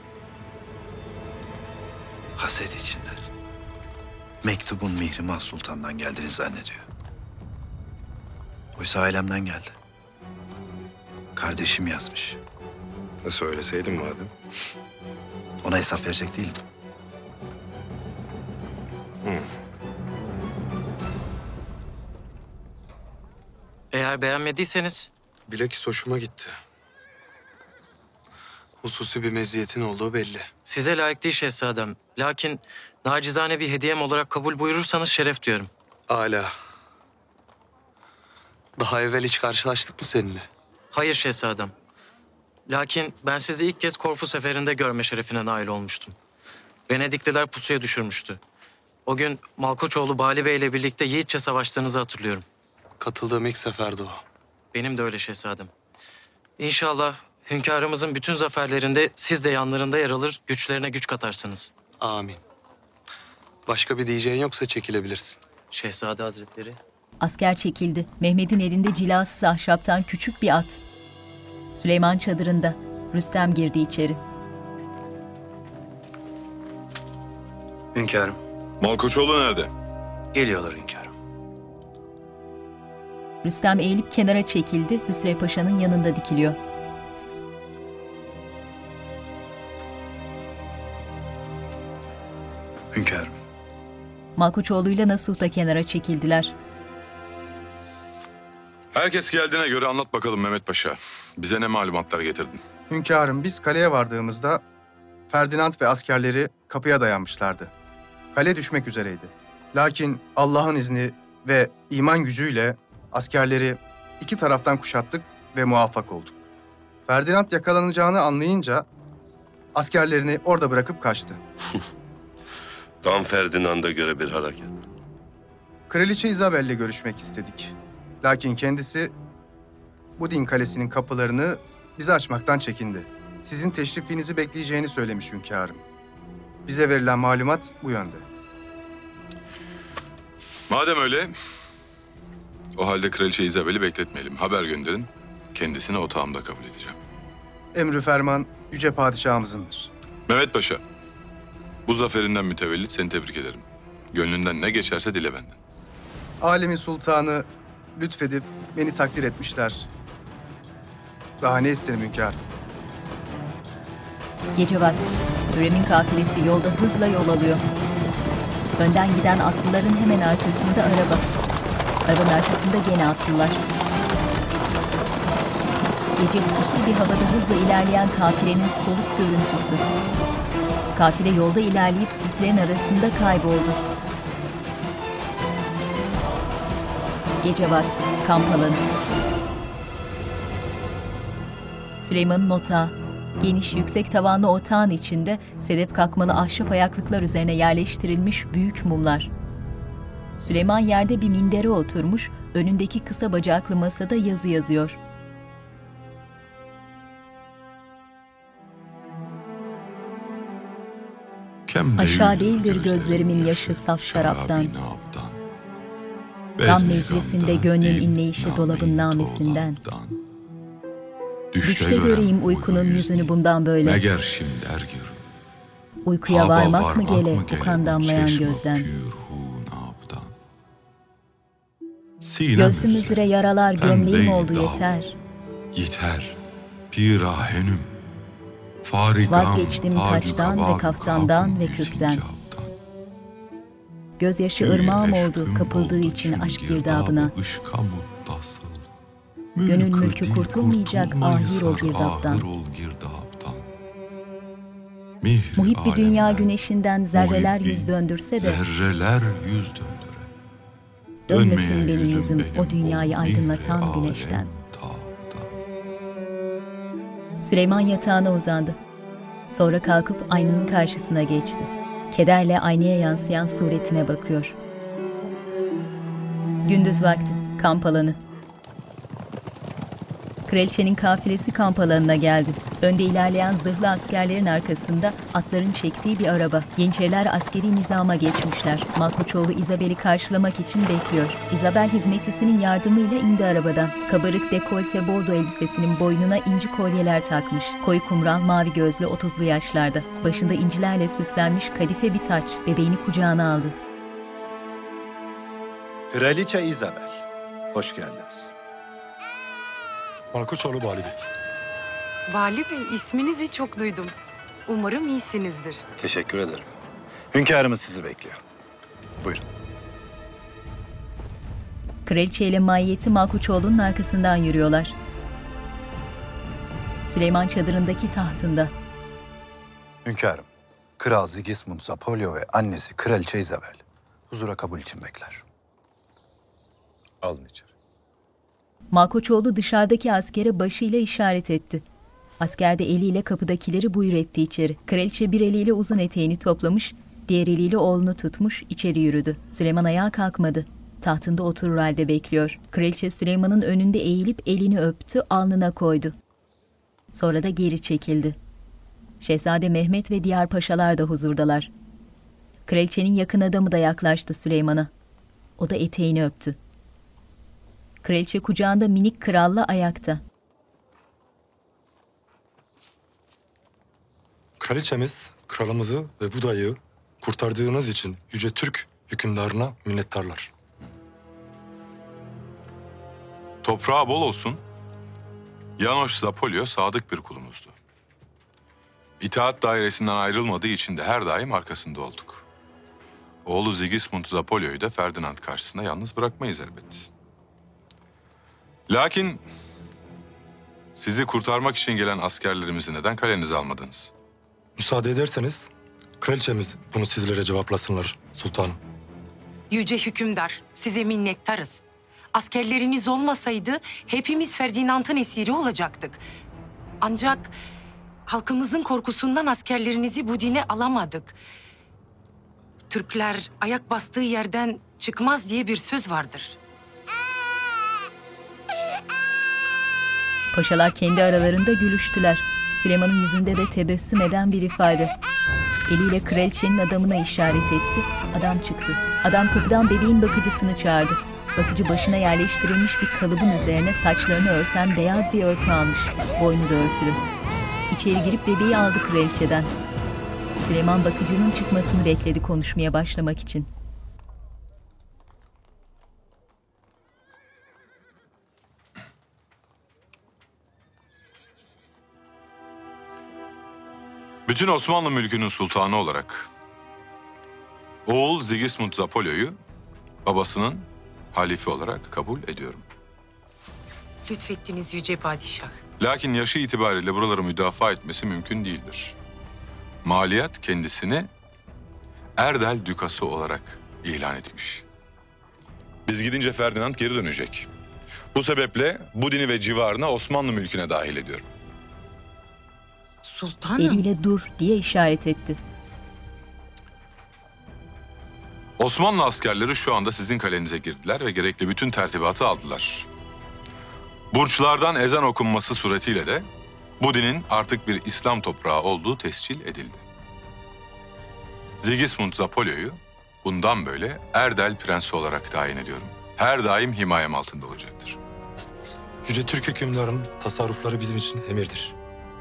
Haset içinde. Mektubun Mihrimah Sultan'dan geldiğini zannediyor. Oysa ailemden geldi. Kardeşim yazmış. Söyleseydim madem. Ona hesap verecek değilim. Eğer beğenmediyseniz Bilakis hoşuma gitti. Hususi bir meziyetin olduğu belli. size layık değil şehzadem. Lakin nacizane bir hediyem olarak kabul buyurursanız şeref duyarım. Âlâ. Daha evvel hiç karşılaştık mı seninle? Hayır şehzadem. Lakin ben sizi ilk kez Korfu seferinde görme şerefine nail olmuştum. Venedikliler pusuya düşürmüştü. O gün Malkoçoğlu Bali Bey ile birlikte yiğitçe savaştığınızı hatırlıyorum. Katıldığım ilk seferdi o. Benim de öyle şehzadem. İnşallah hünkârımızın bütün zaferlerinde siz de yanlarında yer alır, güçlerine güç katarsınız. Amin. Başka bir diyeceğin yoksa çekilebilirsin. Şehzade Hazretleri. Asker çekildi. Mehmet'in elinde cilasız ahşaptan küçük bir at. Süleyman çadırında. Rüstem girdi içeri. Hünkârım. Malkoçoğlu nerede? Geliyorlar hünkârım. Rüstem eğilip kenara çekildi. Hüsrev Paşa'nın yanında dikiliyor. Hünkârım. Malkoçoğlu'yla Nasuh da kenara çekildiler. Herkes geldiğine göre anlat bakalım Mehmet Paşa. Bize ne malumatlar getirdin? Hünkârım, biz kaleye vardığımızda Ferdinand ve askerleri kapıya dayanmışlardı. Kale düşmek üzereydi. Lakin Allah'ın izni ve iman gücüyle askerleri iki taraftan kuşattık ve muvaffak olduk. Ferdinand yakalanacağını anlayınca askerlerini orada bırakıp kaçtı. Tam Ferdinand'a göre bir hareket. Kraliçe Isabel'le görüşmek istedik. Lakin kendisi Budin Kalesi'nin kapılarını bize açmaktan çekindi. Sizin teşrifinizi bekleyeceğini söylemiş hünkârım. Bize verilen malumat bu yönde. Madem öyle, o halde Kraliçe Isabel'i bekletmeyelim. Haber gönderin, kendisini otağımda kabul edeceğim. Emrü ferman yüce padişahımızındır. Mehmet Paşa, bu zaferinden mütevellit seni tebrik ederim. Gönlünden ne geçerse dile benden. Alemin sultanı lütfedip beni takdir etmişler. Daha ne isterim hünkârım? Gece vakti. Hürrem'in kafilesi yolda hızla yol alıyor. Önden giden atlıların hemen arkasında araba. Arabanın arkasında gene atlılar. Gece puslu bir havada hızla ilerleyen kafilenin soluk görüntüsü. Kafile yolda ilerleyip sislerin arasında kayboldu. Gece vakti, kamp alanı. Süleyman'ın otağı. Geniş, yüksek tavanlı otağın içinde sedef kakmalı ahşap ayaklıklar üzerine yerleştirilmiş büyük mumlar. Süleyman yerde bir mindere oturmuş, önündeki kısa bacaklı masada yazı yazıyor. Aşağı değildir gözlerimin yaşı saf şaraptan. Gam meclisinde gönlün inleyişi dolabın namesinden. Düşte göreyim uykunun yüzünü bundan böyle. Meğer şimdi ergür. Uykuya varmak mı gele bu kan damlayan gözden. Göğsüm üzere yaralar gömleğim oldu yeter. Yeter, pirahenüm. Vazgeçtim taçtan ve kaftandan ve kürkten. Gözyaşı ırmağım oldu kapıldığı için aşk girdabına. Gönül mülkü kurtulmayacak ahir o girdaptan. Muhibbi dünya güneşinden zerreler yüz döndürse de zerreler yüz döndüre. Dönmesin benim yüzüm o dünyayı aydınlatan güneşten. Süleyman yatağına uzandı. Sonra kalkıp aynanın karşısına geçti. Kederle aynaya yansıyan suretine bakıyor. Gündüz vakti, kamp alanı. Kraliçenin kafilesi kamp alanına geldi. Önde ilerleyen zırhlı askerlerin arkasında atların çektiği bir araba. Yeniçeriler askeri nizama geçmişler. Malkoçoğlu Isabel'i karşılamak için bekliyor. Isabel hizmetlisinin yardımıyla indi arabadan. Kabarık dekolte bordo elbisesinin boynuna inci kolyeler takmış. Koyu kumral, mavi gözlü, 30'lu yaşlarda. Başında incilerle süslenmiş kadife bir taç. Bebeğini kucağına aldı. Kraliçe Isabel, hoş geldiniz. Malkoçoğlu Bali Bey. Vali Bey, isminizi çok duydum. Umarım iyisinizdir. Teşekkür ederim. Hünkârımız sizi bekliyor. Buyurun. Kraliçe ile mahiyeti Malkoçoğlu'nun arkasından yürüyorlar. Süleyman çadırındaki tahtında. Hünkârım, Kral Sigismund Zapolyo ve annesi Kraliçe Isabel huzura kabul için bekler. Alın içeri. Malkoçoğlu dışarıdaki askere başıyla işaret etti. Asker de eliyle kapıdakileri buyur etti içeri. Kraliçe bir eliyle uzun eteğini toplamış, diğer eliyle oğlunu tutmuş içeri yürüdü. Süleyman ayağa kalkmadı. Tahtında oturur halde bekliyor. Kraliçe Süleyman'ın önünde eğilip elini öptü, alnına koydu. Sonra da geri çekildi. Şehzade Mehmet ve diğer paşalar da huzurdalar. Kraliçenin yakın adamı da yaklaştı Süleyman'a. O da eteğini öptü. Kraliçe kucağında minik kralla ayakta. Kraliçemiz kralımızı ve bu dayı kurtardığınız için Yüce Türk hükümdarına minnettarlar. Toprağı bol olsun. Janosch Zapolyo sadık bir kulumuzdu. İtaat dairesinden ayrılmadığı için de her daim arkasında olduk. Oğlu Sigismund Zapolyo'yu da Ferdinand karşısında yalnız bırakmayız elbet. Lakin sizi kurtarmak için gelen askerlerimizi neden kalenize almadınız? Müsaade ederseniz kraliçemiz bunu sizlere cevaplasınlar sultanım. Yüce hükümdar, size minnettarız. Askerleriniz olmasaydı hepimiz Ferdinand'ın esiri olacaktık. Ancak halkımızın korkusundan askerlerinizi bu dine alamadık. Türkler ayak bastığı yerden çıkmaz diye bir söz vardır. Paşalar kendi aralarında gülüştüler. Süleyman'ın yüzünde de tebessüm eden bir ifade. Eliyle kraliçenin adamına işaret etti. Adam çıktı. Adam kapıdan bebeğin bakıcısını çağırdı. Bakıcı başına yerleştirilmiş bir kalıbın üzerine saçlarını örten beyaz bir örtü almış. Boynu da örtülü. İçeri girip bebeği aldı kraliçeden. Süleyman bakıcının çıkmasını bekledi konuşmaya başlamak için. Bütün Osmanlı mülkünün sultanı olarak oğul Sigismund Zapolyo'yu babasının halife olarak kabul ediyorum. Lütfettiniz yüce padişah. Lakin yaşı itibariyle buraları müdafaa etmesi mümkün değildir. Maliyat kendisini Erdel Dükası olarak ilan etmiş. Biz gidince Ferdinand geri dönecek. Bu sebeple Budin'i ve civarına Osmanlı mülküne dahil ediyorum. Sultanım. Eliyle dur diye işaret etti. Osmanlı askerleri şu anda sizin kalenize girdiler ve gerekli bütün tertibatı aldılar. Burçlardan ezan okunması suretiyle de Budin'in artık bir İslam toprağı olduğu tescil edildi. Sigismund Zapolyo'yu bundan böyle Erdel Prensi olarak tayin ediyorum. Her daim himayem altında olacaktır. Yüce Türk hükümdarının tasarrufları bizim için emirdir.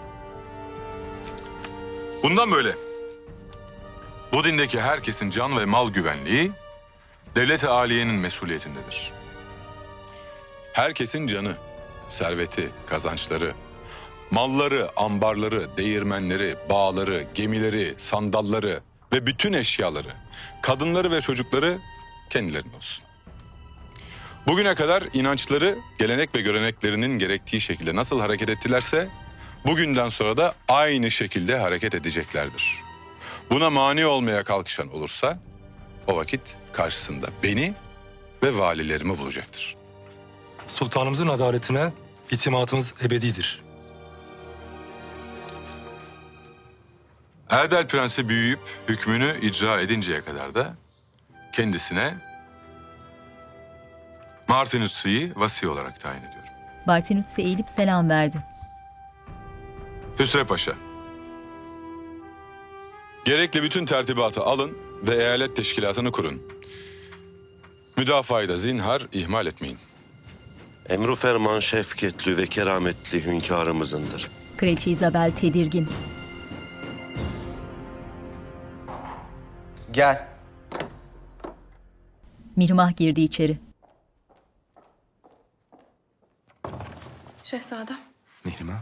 Bundan böyle Budin'deki herkesin can ve mal güvenliği devlet-i âliyenin mesuliyetindedir. Herkesin canı, serveti, kazançları, malları, ambarları, değirmenleri, bağları, gemileri, sandalları ve bütün eşyaları, kadınları ve çocukları kendilerine olsun. Bugüne kadar inançları, gelenek ve göreneklerinin gerektiği şekilde nasıl hareket ettilerse, bugünden sonra da aynı şekilde hareket edeceklerdir. Buna mani olmaya kalkışan olursa, o vakit karşısında beni ve valilerimi bulacaktır. Sultanımızın adaletine itimatımız ebedidir. Erdel Prensi büyüyüp hükmünü icra edinceye kadar da kendisine Martinuzzi'yi vasi olarak tayin ediyorum. Bartinuzzi eğilip selam verdi. Hüsrev Paşa. Gerekli bütün tertibatı alın ve eyalet teşkilatını kurun. Müdafayı da zinhar ihmal etmeyin. Emru ferman şefketli ve kerametli hünkârımızındır. Kraliçe Isabel tedirgin. Gel. Mihrimah girdi içeri. Şehzadem, Mihrimah.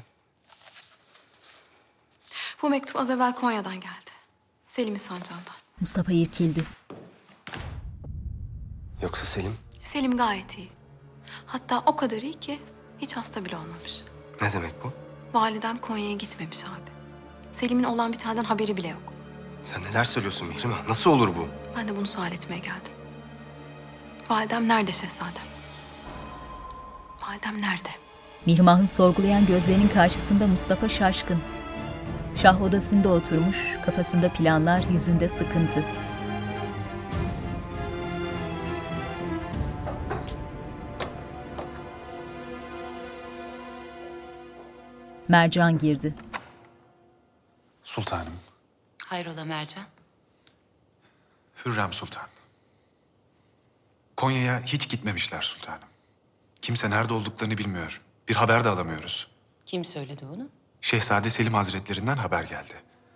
bu mektup az evvel Konya'dan geldi. Selim'in sancağından. Mustafa irkildi. Yoksa Selim? Selim gayet iyi. Hatta o kadar iyi ki hiç hasta bile olmamış. Ne demek bu? Validem Konya'ya gitmemiş abi. Selim'in olan bitenden haberi bile yok. Sen neler söylüyorsun Mihrimah? Nasıl olur bu? Ben de bunu sual etmeye geldim. Validem nerede şehzadem? Validem nerede? Mihrimah'ın sorgulayan gözlerinin karşısında Mustafa şaşkın. Şah odasında oturmuş, kafasında planlar, yüzünde sıkıntı. Mercan girdi. Sultanım. Hayrola Mercan? Hürrem Sultan. Konya'ya hiç gitmemişler sultanım. Kimse nerede olduklarını bilmiyor. Bir haber de alamıyoruz. Kim söyledi bunu? Şehzade Selim Hazretlerinden haber geldi.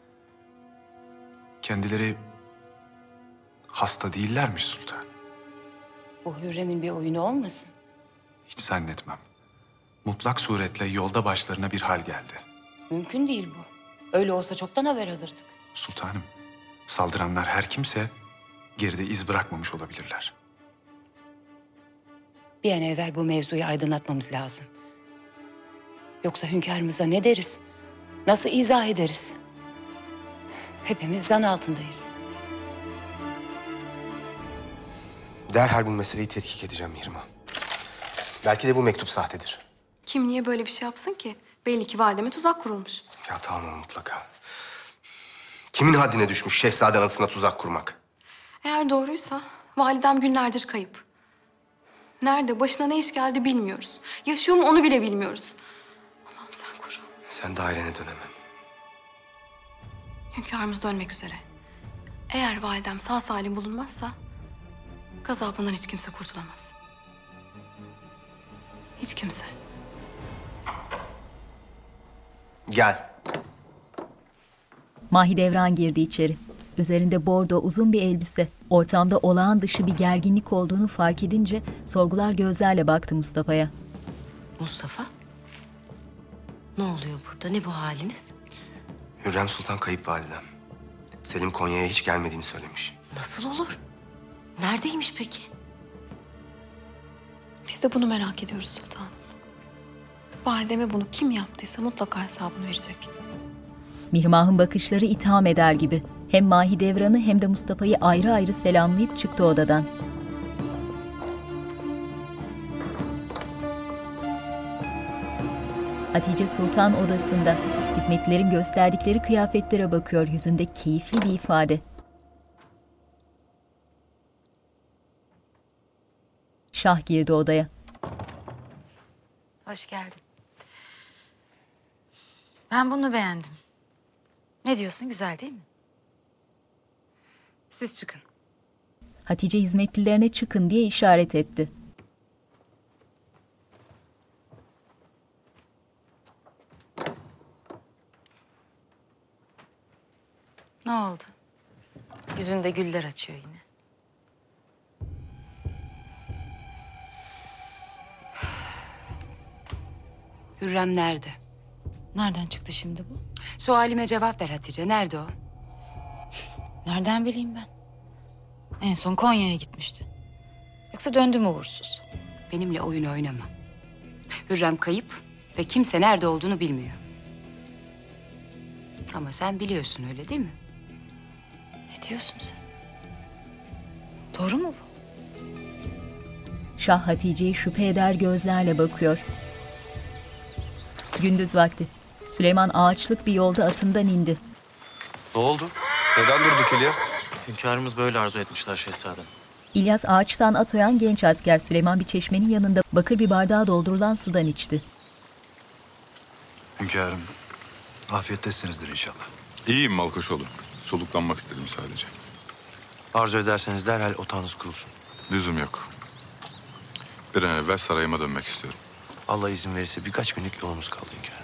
Kendileri hasta değillermiş sultan. Bu Hürrem'in bir oyunu olmasın? Hiç zannetmem. Mutlak suretle yolda başlarına bir hal geldi. Mümkün değil bu. Öyle olsa çoktan haber alırdık. Sultanım, saldıranlar her kimse geride iz bırakmamış olabilirler. Bir an evvel bu mevzuyu aydınlatmamız lazım. Yoksa hünkârımıza ne deriz? Nasıl izah ederiz? Hepimiz zan altındayız. Derhal bu meseleyi tetkik edeceğim Mihrimah. Belki de bu mektup sahtedir. Kim niye böyle bir şey yapsın ki? Belli ki valideme tuzak kurulmuş. Ya tamam mutlaka. Kimin haddine düşmüş şehzade anasına tuzak kurmak? Eğer doğruysa validem günlerdir kayıp. Nerede, başına ne iş geldi bilmiyoruz. Yaşıyor mu onu bile bilmiyoruz. Allah'ım sen koru. Sen dairene dönemem. Hünkârımız dönmek üzere. Eğer validem sağ salim bulunmazsa gazabından hiç kimse kurtulamaz. Hiç kimse. Gel. Mahidevran girdi içeri. Üzerinde bordo uzun bir elbise. Ortamda olağan dışı bir gerginlik olduğunu fark edince sorgular gözlerle baktı Mustafa'ya. Mustafa? Ne oluyor burada? Ne bu haliniz? Hürrem Sultan kayıp validem. Selim Konya'ya hiç gelmediğini söylemiş. Nasıl olur? Neredeymiş peki? Biz de bunu merak ediyoruz sultanım. Valideme bunu kim yaptıysa mutlaka hesabını verecek. Mihrimah'ın bakışları itham eder gibi. Hem Mahidevran'ı hem de Mustafa'yı ayrı ayrı selamlayıp çıktı odadan. Hatice Sultan odasında. Hizmetlilerin gösterdikleri kıyafetlere bakıyor, yüzünde keyifli bir ifade. Şah girdi odaya. Hoş geldin. Ben bunu beğendim. Ne diyorsun? Güzel değil mi? Siz çıkın. Hatice hizmetlilerine çıkın diye işaret etti. Ne oldu? Yüzünde güller açıyor yine. Hürrem nerede? Nereden çıktı şimdi bu? Sualime cevap ver Hatice. Nerede o? Nereden bileyim ben? En son Konya'ya gitmişti. Yoksa döndü mü uğursuz? Benimle oyun oynama. Hürrem kayıp ve kimse nerede olduğunu bilmiyor. Ama sen biliyorsun, öyle değil mi? Ne diyorsun sen? Doğru mu bu? Şah Hatice'yi şüphe eder gözlerle bakıyor. Gündüz vakti. Süleyman ağaçlık bir yolda atından indi. Ne oldu? Neden durduk İlyas? Hünkârımız böyle arzu etmişler şehzadem. İlyas ağaçtan at oyan genç asker Süleyman bir çeşmenin yanında bakır bir bardağa doldurulan sudan içti. Hünkârım, afiyettesinizdir inşallah. İyiyim Malkoçoğlu. Soluklanmak istedim sadece. Arzu ederseniz derhal otağınız kurulsun. Lüzum yok. Bir an evvel sarayıma dönmek istiyorum. Allah izin verirse birkaç günlük yolumuz kaldı hünkârım.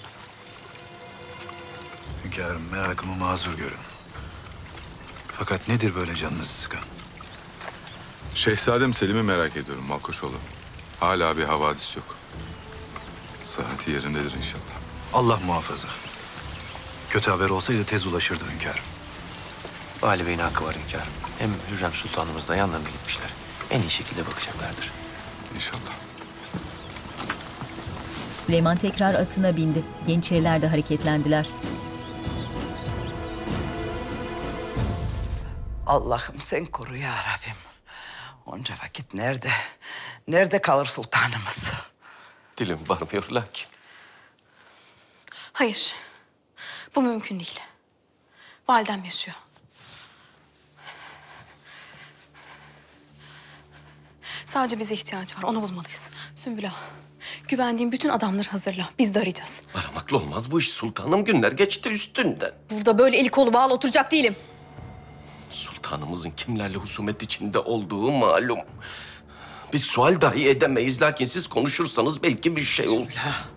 Hünkârım, merakımı mazur görün. Fakat nedir böyle canınızı sıkan? Şehzadem Selim'i merak ediyorum Malkoçoğlu. Hala bir havadis yok. Sıhhati yerindedir inşallah. Allah muhafaza. Kötü haber olsaydı tez ulaşırdı hünkârım. Vali Bey'in hakkı var hünkârım. Hem Hürrem Sultanımız da yanlarına gitmişler. En iyi şekilde bakacaklardır. İnşallah. Süleyman tekrar atına bindi. Yeniçeriler de hareketlendiler. Allah'ım sen koru ya Rabbim. Onca vakit nerede? Nerede kalır sultanımız? Dilim varmıyor lakin. Hayır. Bu mümkün değil. Validem yaşıyor. Sadece bize ihtiyaç var. Onu bulmalıyız. Sümbül Ağa, güvendiğim bütün adamları hazırla. Biz de arayacağız. Aramakla olmaz bu iş sultanım. Günler geçti üstünden. Burada böyle eli kolu bağlı oturacak değilim. Sultanımızın kimlerle husumet içinde olduğu malum. Biz sual dahi edemeyiz. Lakin siz konuşursanız belki bir şey olur.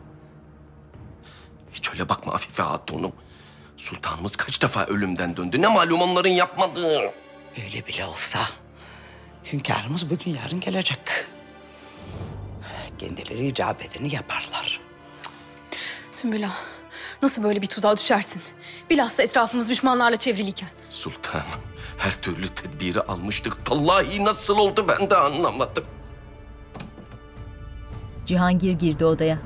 Hiç öyle bakma Afife Hatun'um. Sultanımız kaç defa ölümden döndü. Ne malum onların yapmadığı. Öyle bile olsa hünkârımız bugün yarın gelecek. Kendileri icap edeni yaparlar. Sümbül Ağa, nasıl böyle bir tuzağa düşersin? Bilhassa etrafımız düşmanlarla çevriliyken. Sultanım, her türlü tedbiri almıştık. Vallahi nasıl oldu ben de anlamadım. Cihangir girdi odaya.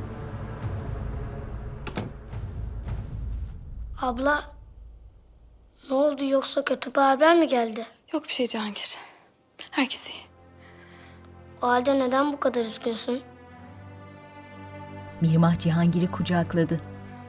Abla, ne oldu yoksa kötü bir haber mi geldi? Yok bir şey Cihangir. Herkes iyi. O halde neden bu kadar üzgünsün? Mihrimah Cihangir'i kucakladı.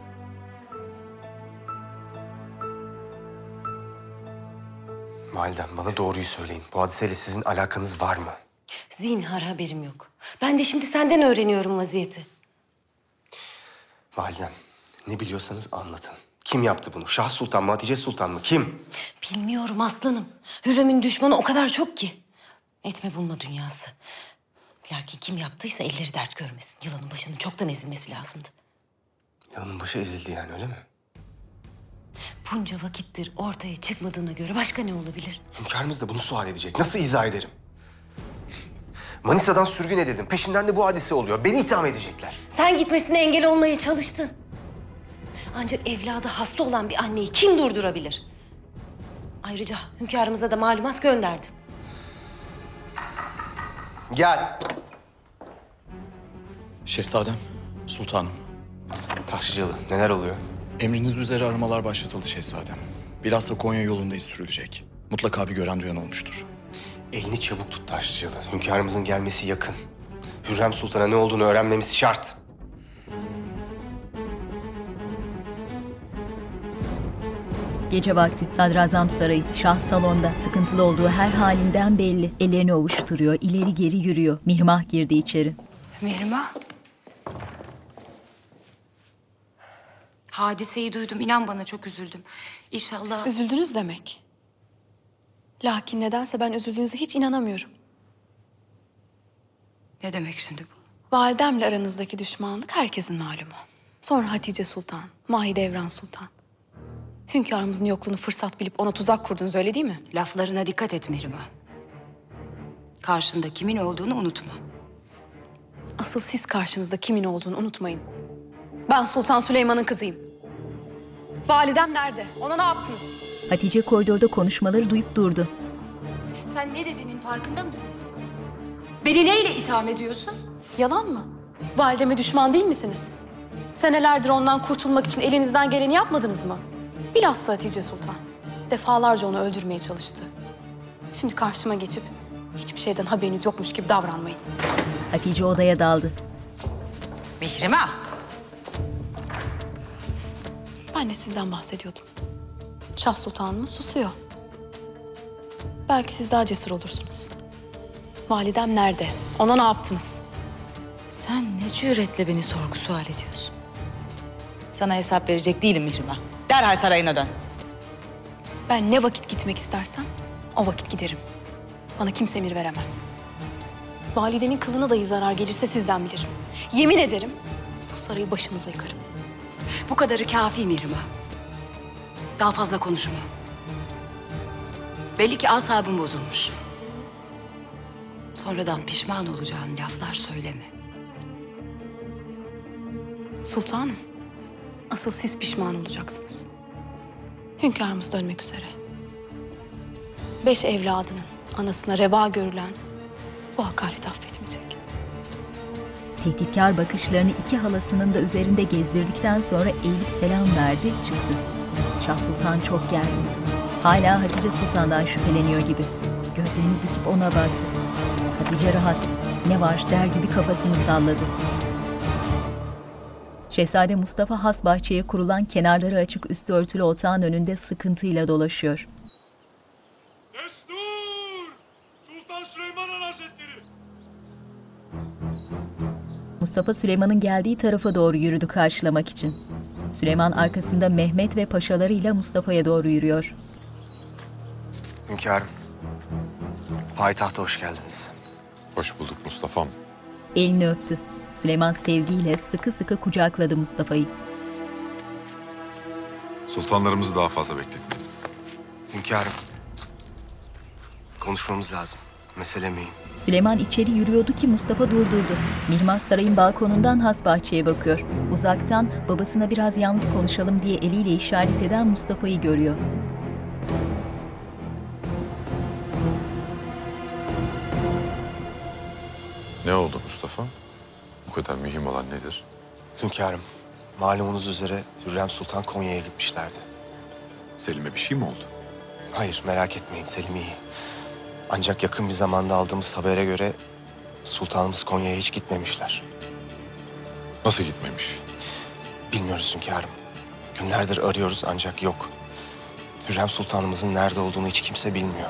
Validem bana doğruyu söyleyin. Bu hadiseyle sizin alakanız var mı? Zinhar haberim yok. Ben de şimdi senden öğreniyorum vaziyeti. Validem ne biliyorsanız anlatın. Kim yaptı bunu? Şah Sultan mı, Hatice Sultan mı? Kim? Bilmiyorum aslanım. Hürrem'in düşmanı o kadar çok ki. Etme bulma dünyası. Lakin kim yaptıysa elleri dert görmesin. Yılanın başının çoktan ezilmesi lazımdı. Yılanın başı ezildi yani öyle mi? Bunca vakittir ortaya çıkmadığına göre başka ne olabilir? Hünkârımız da bunu sual edecek. Nasıl izah ederim? Manisa'dan sürgün edildim. Peşinden de bu hadise oluyor. Beni itham edecekler. Sen gitmesine engel olmaya çalıştın. Ancak evladı hasta olan bir anneyi kim durdurabilir? Ayrıca hünkârımıza da malumat gönderdin. Gel. Şehzadem, sultanım. Taşlıcalı, neler oluyor? Emriniz üzere aramalar başlatıldı şehzadem. Bilhassa Konya yolunda iz sürülecek. Mutlaka bir gören duyan olmuştur. Elini çabuk tut Taşlıcalı. Hünkârımızın gelmesi yakın. Hürrem Sultan'a ne olduğunu öğrenmemiz şart. Gece vakti Sadrazam Sarayı, Şah salonda. Sıkıntılı olduğu her halinden belli. Ellerini ovuşturuyor, ileri geri yürüyor. Mihrimah girdi içeri. Mihrimah. Hadiseyi duydum. İnan bana çok üzüldüm. İnşallah... Üzüldünüz demek. Lakin nedense ben üzüldüğünüze hiç inanamıyorum. Ne demek şimdi bu? Validemle aranızdaki düşmanlık herkesin malumu. Sonra Hatice Sultan, Mahidevran Sultan. Hünkârımızın yokluğunu fırsat bilip ona tuzak kurdunuz öyle değil mi? Laflarına dikkat et Mihrimah. Karşında kimin olduğunu unutma. Asıl siz karşınızda kimin olduğunu unutmayın. Ben Sultan Süleyman'ın kızıyım. Validem nerede? Ona ne yaptınız? Hatice koridorda konuşmaları duyup durdu. Sen ne dediğinin farkında mısın? Beni neyle itham ediyorsun? Yalan mı? Valideme düşman değil misiniz? Senelerdir ondan kurtulmak için elinizden geleni yapmadınız mı? Bilhassa Hatice Sultan. Defalarca onu öldürmeye çalıştı. Şimdi karşıma geçip hiçbir şeyden haberiniz yokmuş gibi davranmayın. Hatice odaya daldı. Mihrimah. Ben de sizden bahsediyordum. Şah Sultanımız susuyor. Belki siz daha cesur olursunuz. Validem nerede? Ona ne yaptınız? Sen ne cüretle beni sorgu sual ediyorsun? Sana hesap verecek değilim Mihrimah. Derhal sarayına dön. Ben ne vakit gitmek istersem o vakit giderim. Bana kimse emir veremez. Validemin kılına dahi zarar gelirse sizden bilirim. Yemin ederim bu sarayı başınıza yıkarım. Bu kadarı kafi Mihrimah. Daha fazla konuşma. Belli ki asabın bozulmuş. Sonradan pişman olacağın laflar söyleme. Sultanım, asıl siz pişman olacaksınız. Hünkârımız dönmek üzere. 5 evladının anasına reva görülen bu hakaret affetmeyecek. Tehditkar bakışlarını iki halasının da üzerinde gezdirdikten sonra eğilip selam verdi, çıktı. Şah Sultan çok gergin. Hala Hatice Sultan'dan şüpheleniyor gibi. Gözlerini dikip ona baktı. Hatice rahat, ne var der gibi kafasını salladı. Şehzade Mustafa has bahçeye kurulan kenarları açık üstü örtülü otağın önünde sıkıntıyla dolaşıyor. Destur! Sultan Süleyman Han Hazretleri! Mustafa Süleyman'ın geldiği tarafa doğru yürüdü karşılamak için. Süleyman arkasında Mehmet ve paşalarıyla Mustafa'ya doğru yürüyor. Hünkârım, payitahta hoş geldiniz. Hoş bulduk Mustafa'm. Elini öptü. Süleyman sevgiyle sıkı sıkı kucakladı Mustafa'yı. Sultanlarımızı daha fazla bekletmeyelim. Hünkârım, konuşmamız lazım. Mesele mühim. Süleyman içeri yürüyordu ki Mustafa durdurdu. Mihrimah sarayın balkonundan has bahçeye bakıyor. Uzaktan babasına biraz yalnız konuşalım diye eliyle işaret eden Mustafa'yı görüyor. Ne oldu Mustafa? Bu kadar mühim olan nedir? Hünkârım, malumunuz üzere Hürrem Sultan Konya'ya gitmişlerdi. Selim'e bir şey mi oldu? Hayır, merak etmeyin, Selim iyi. Ancak yakın bir zamanda aldığımız habere göre sultanımız Konya'ya hiç gitmemişler. Nasıl gitmemiş? Bilmiyoruz hünkârım. Günlerdir arıyoruz ancak yok. Hürrem Sultanımızın nerede olduğunu hiç kimse bilmiyor.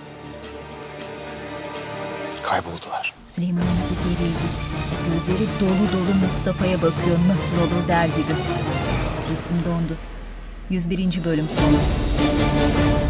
Kayboldular. Süleyman'ın yüzü gerildi. Gözleri dolu dolu Mustafa'ya bakıyor, nasıl olur der gibi. Resim dondu. 101. bölüm sonu.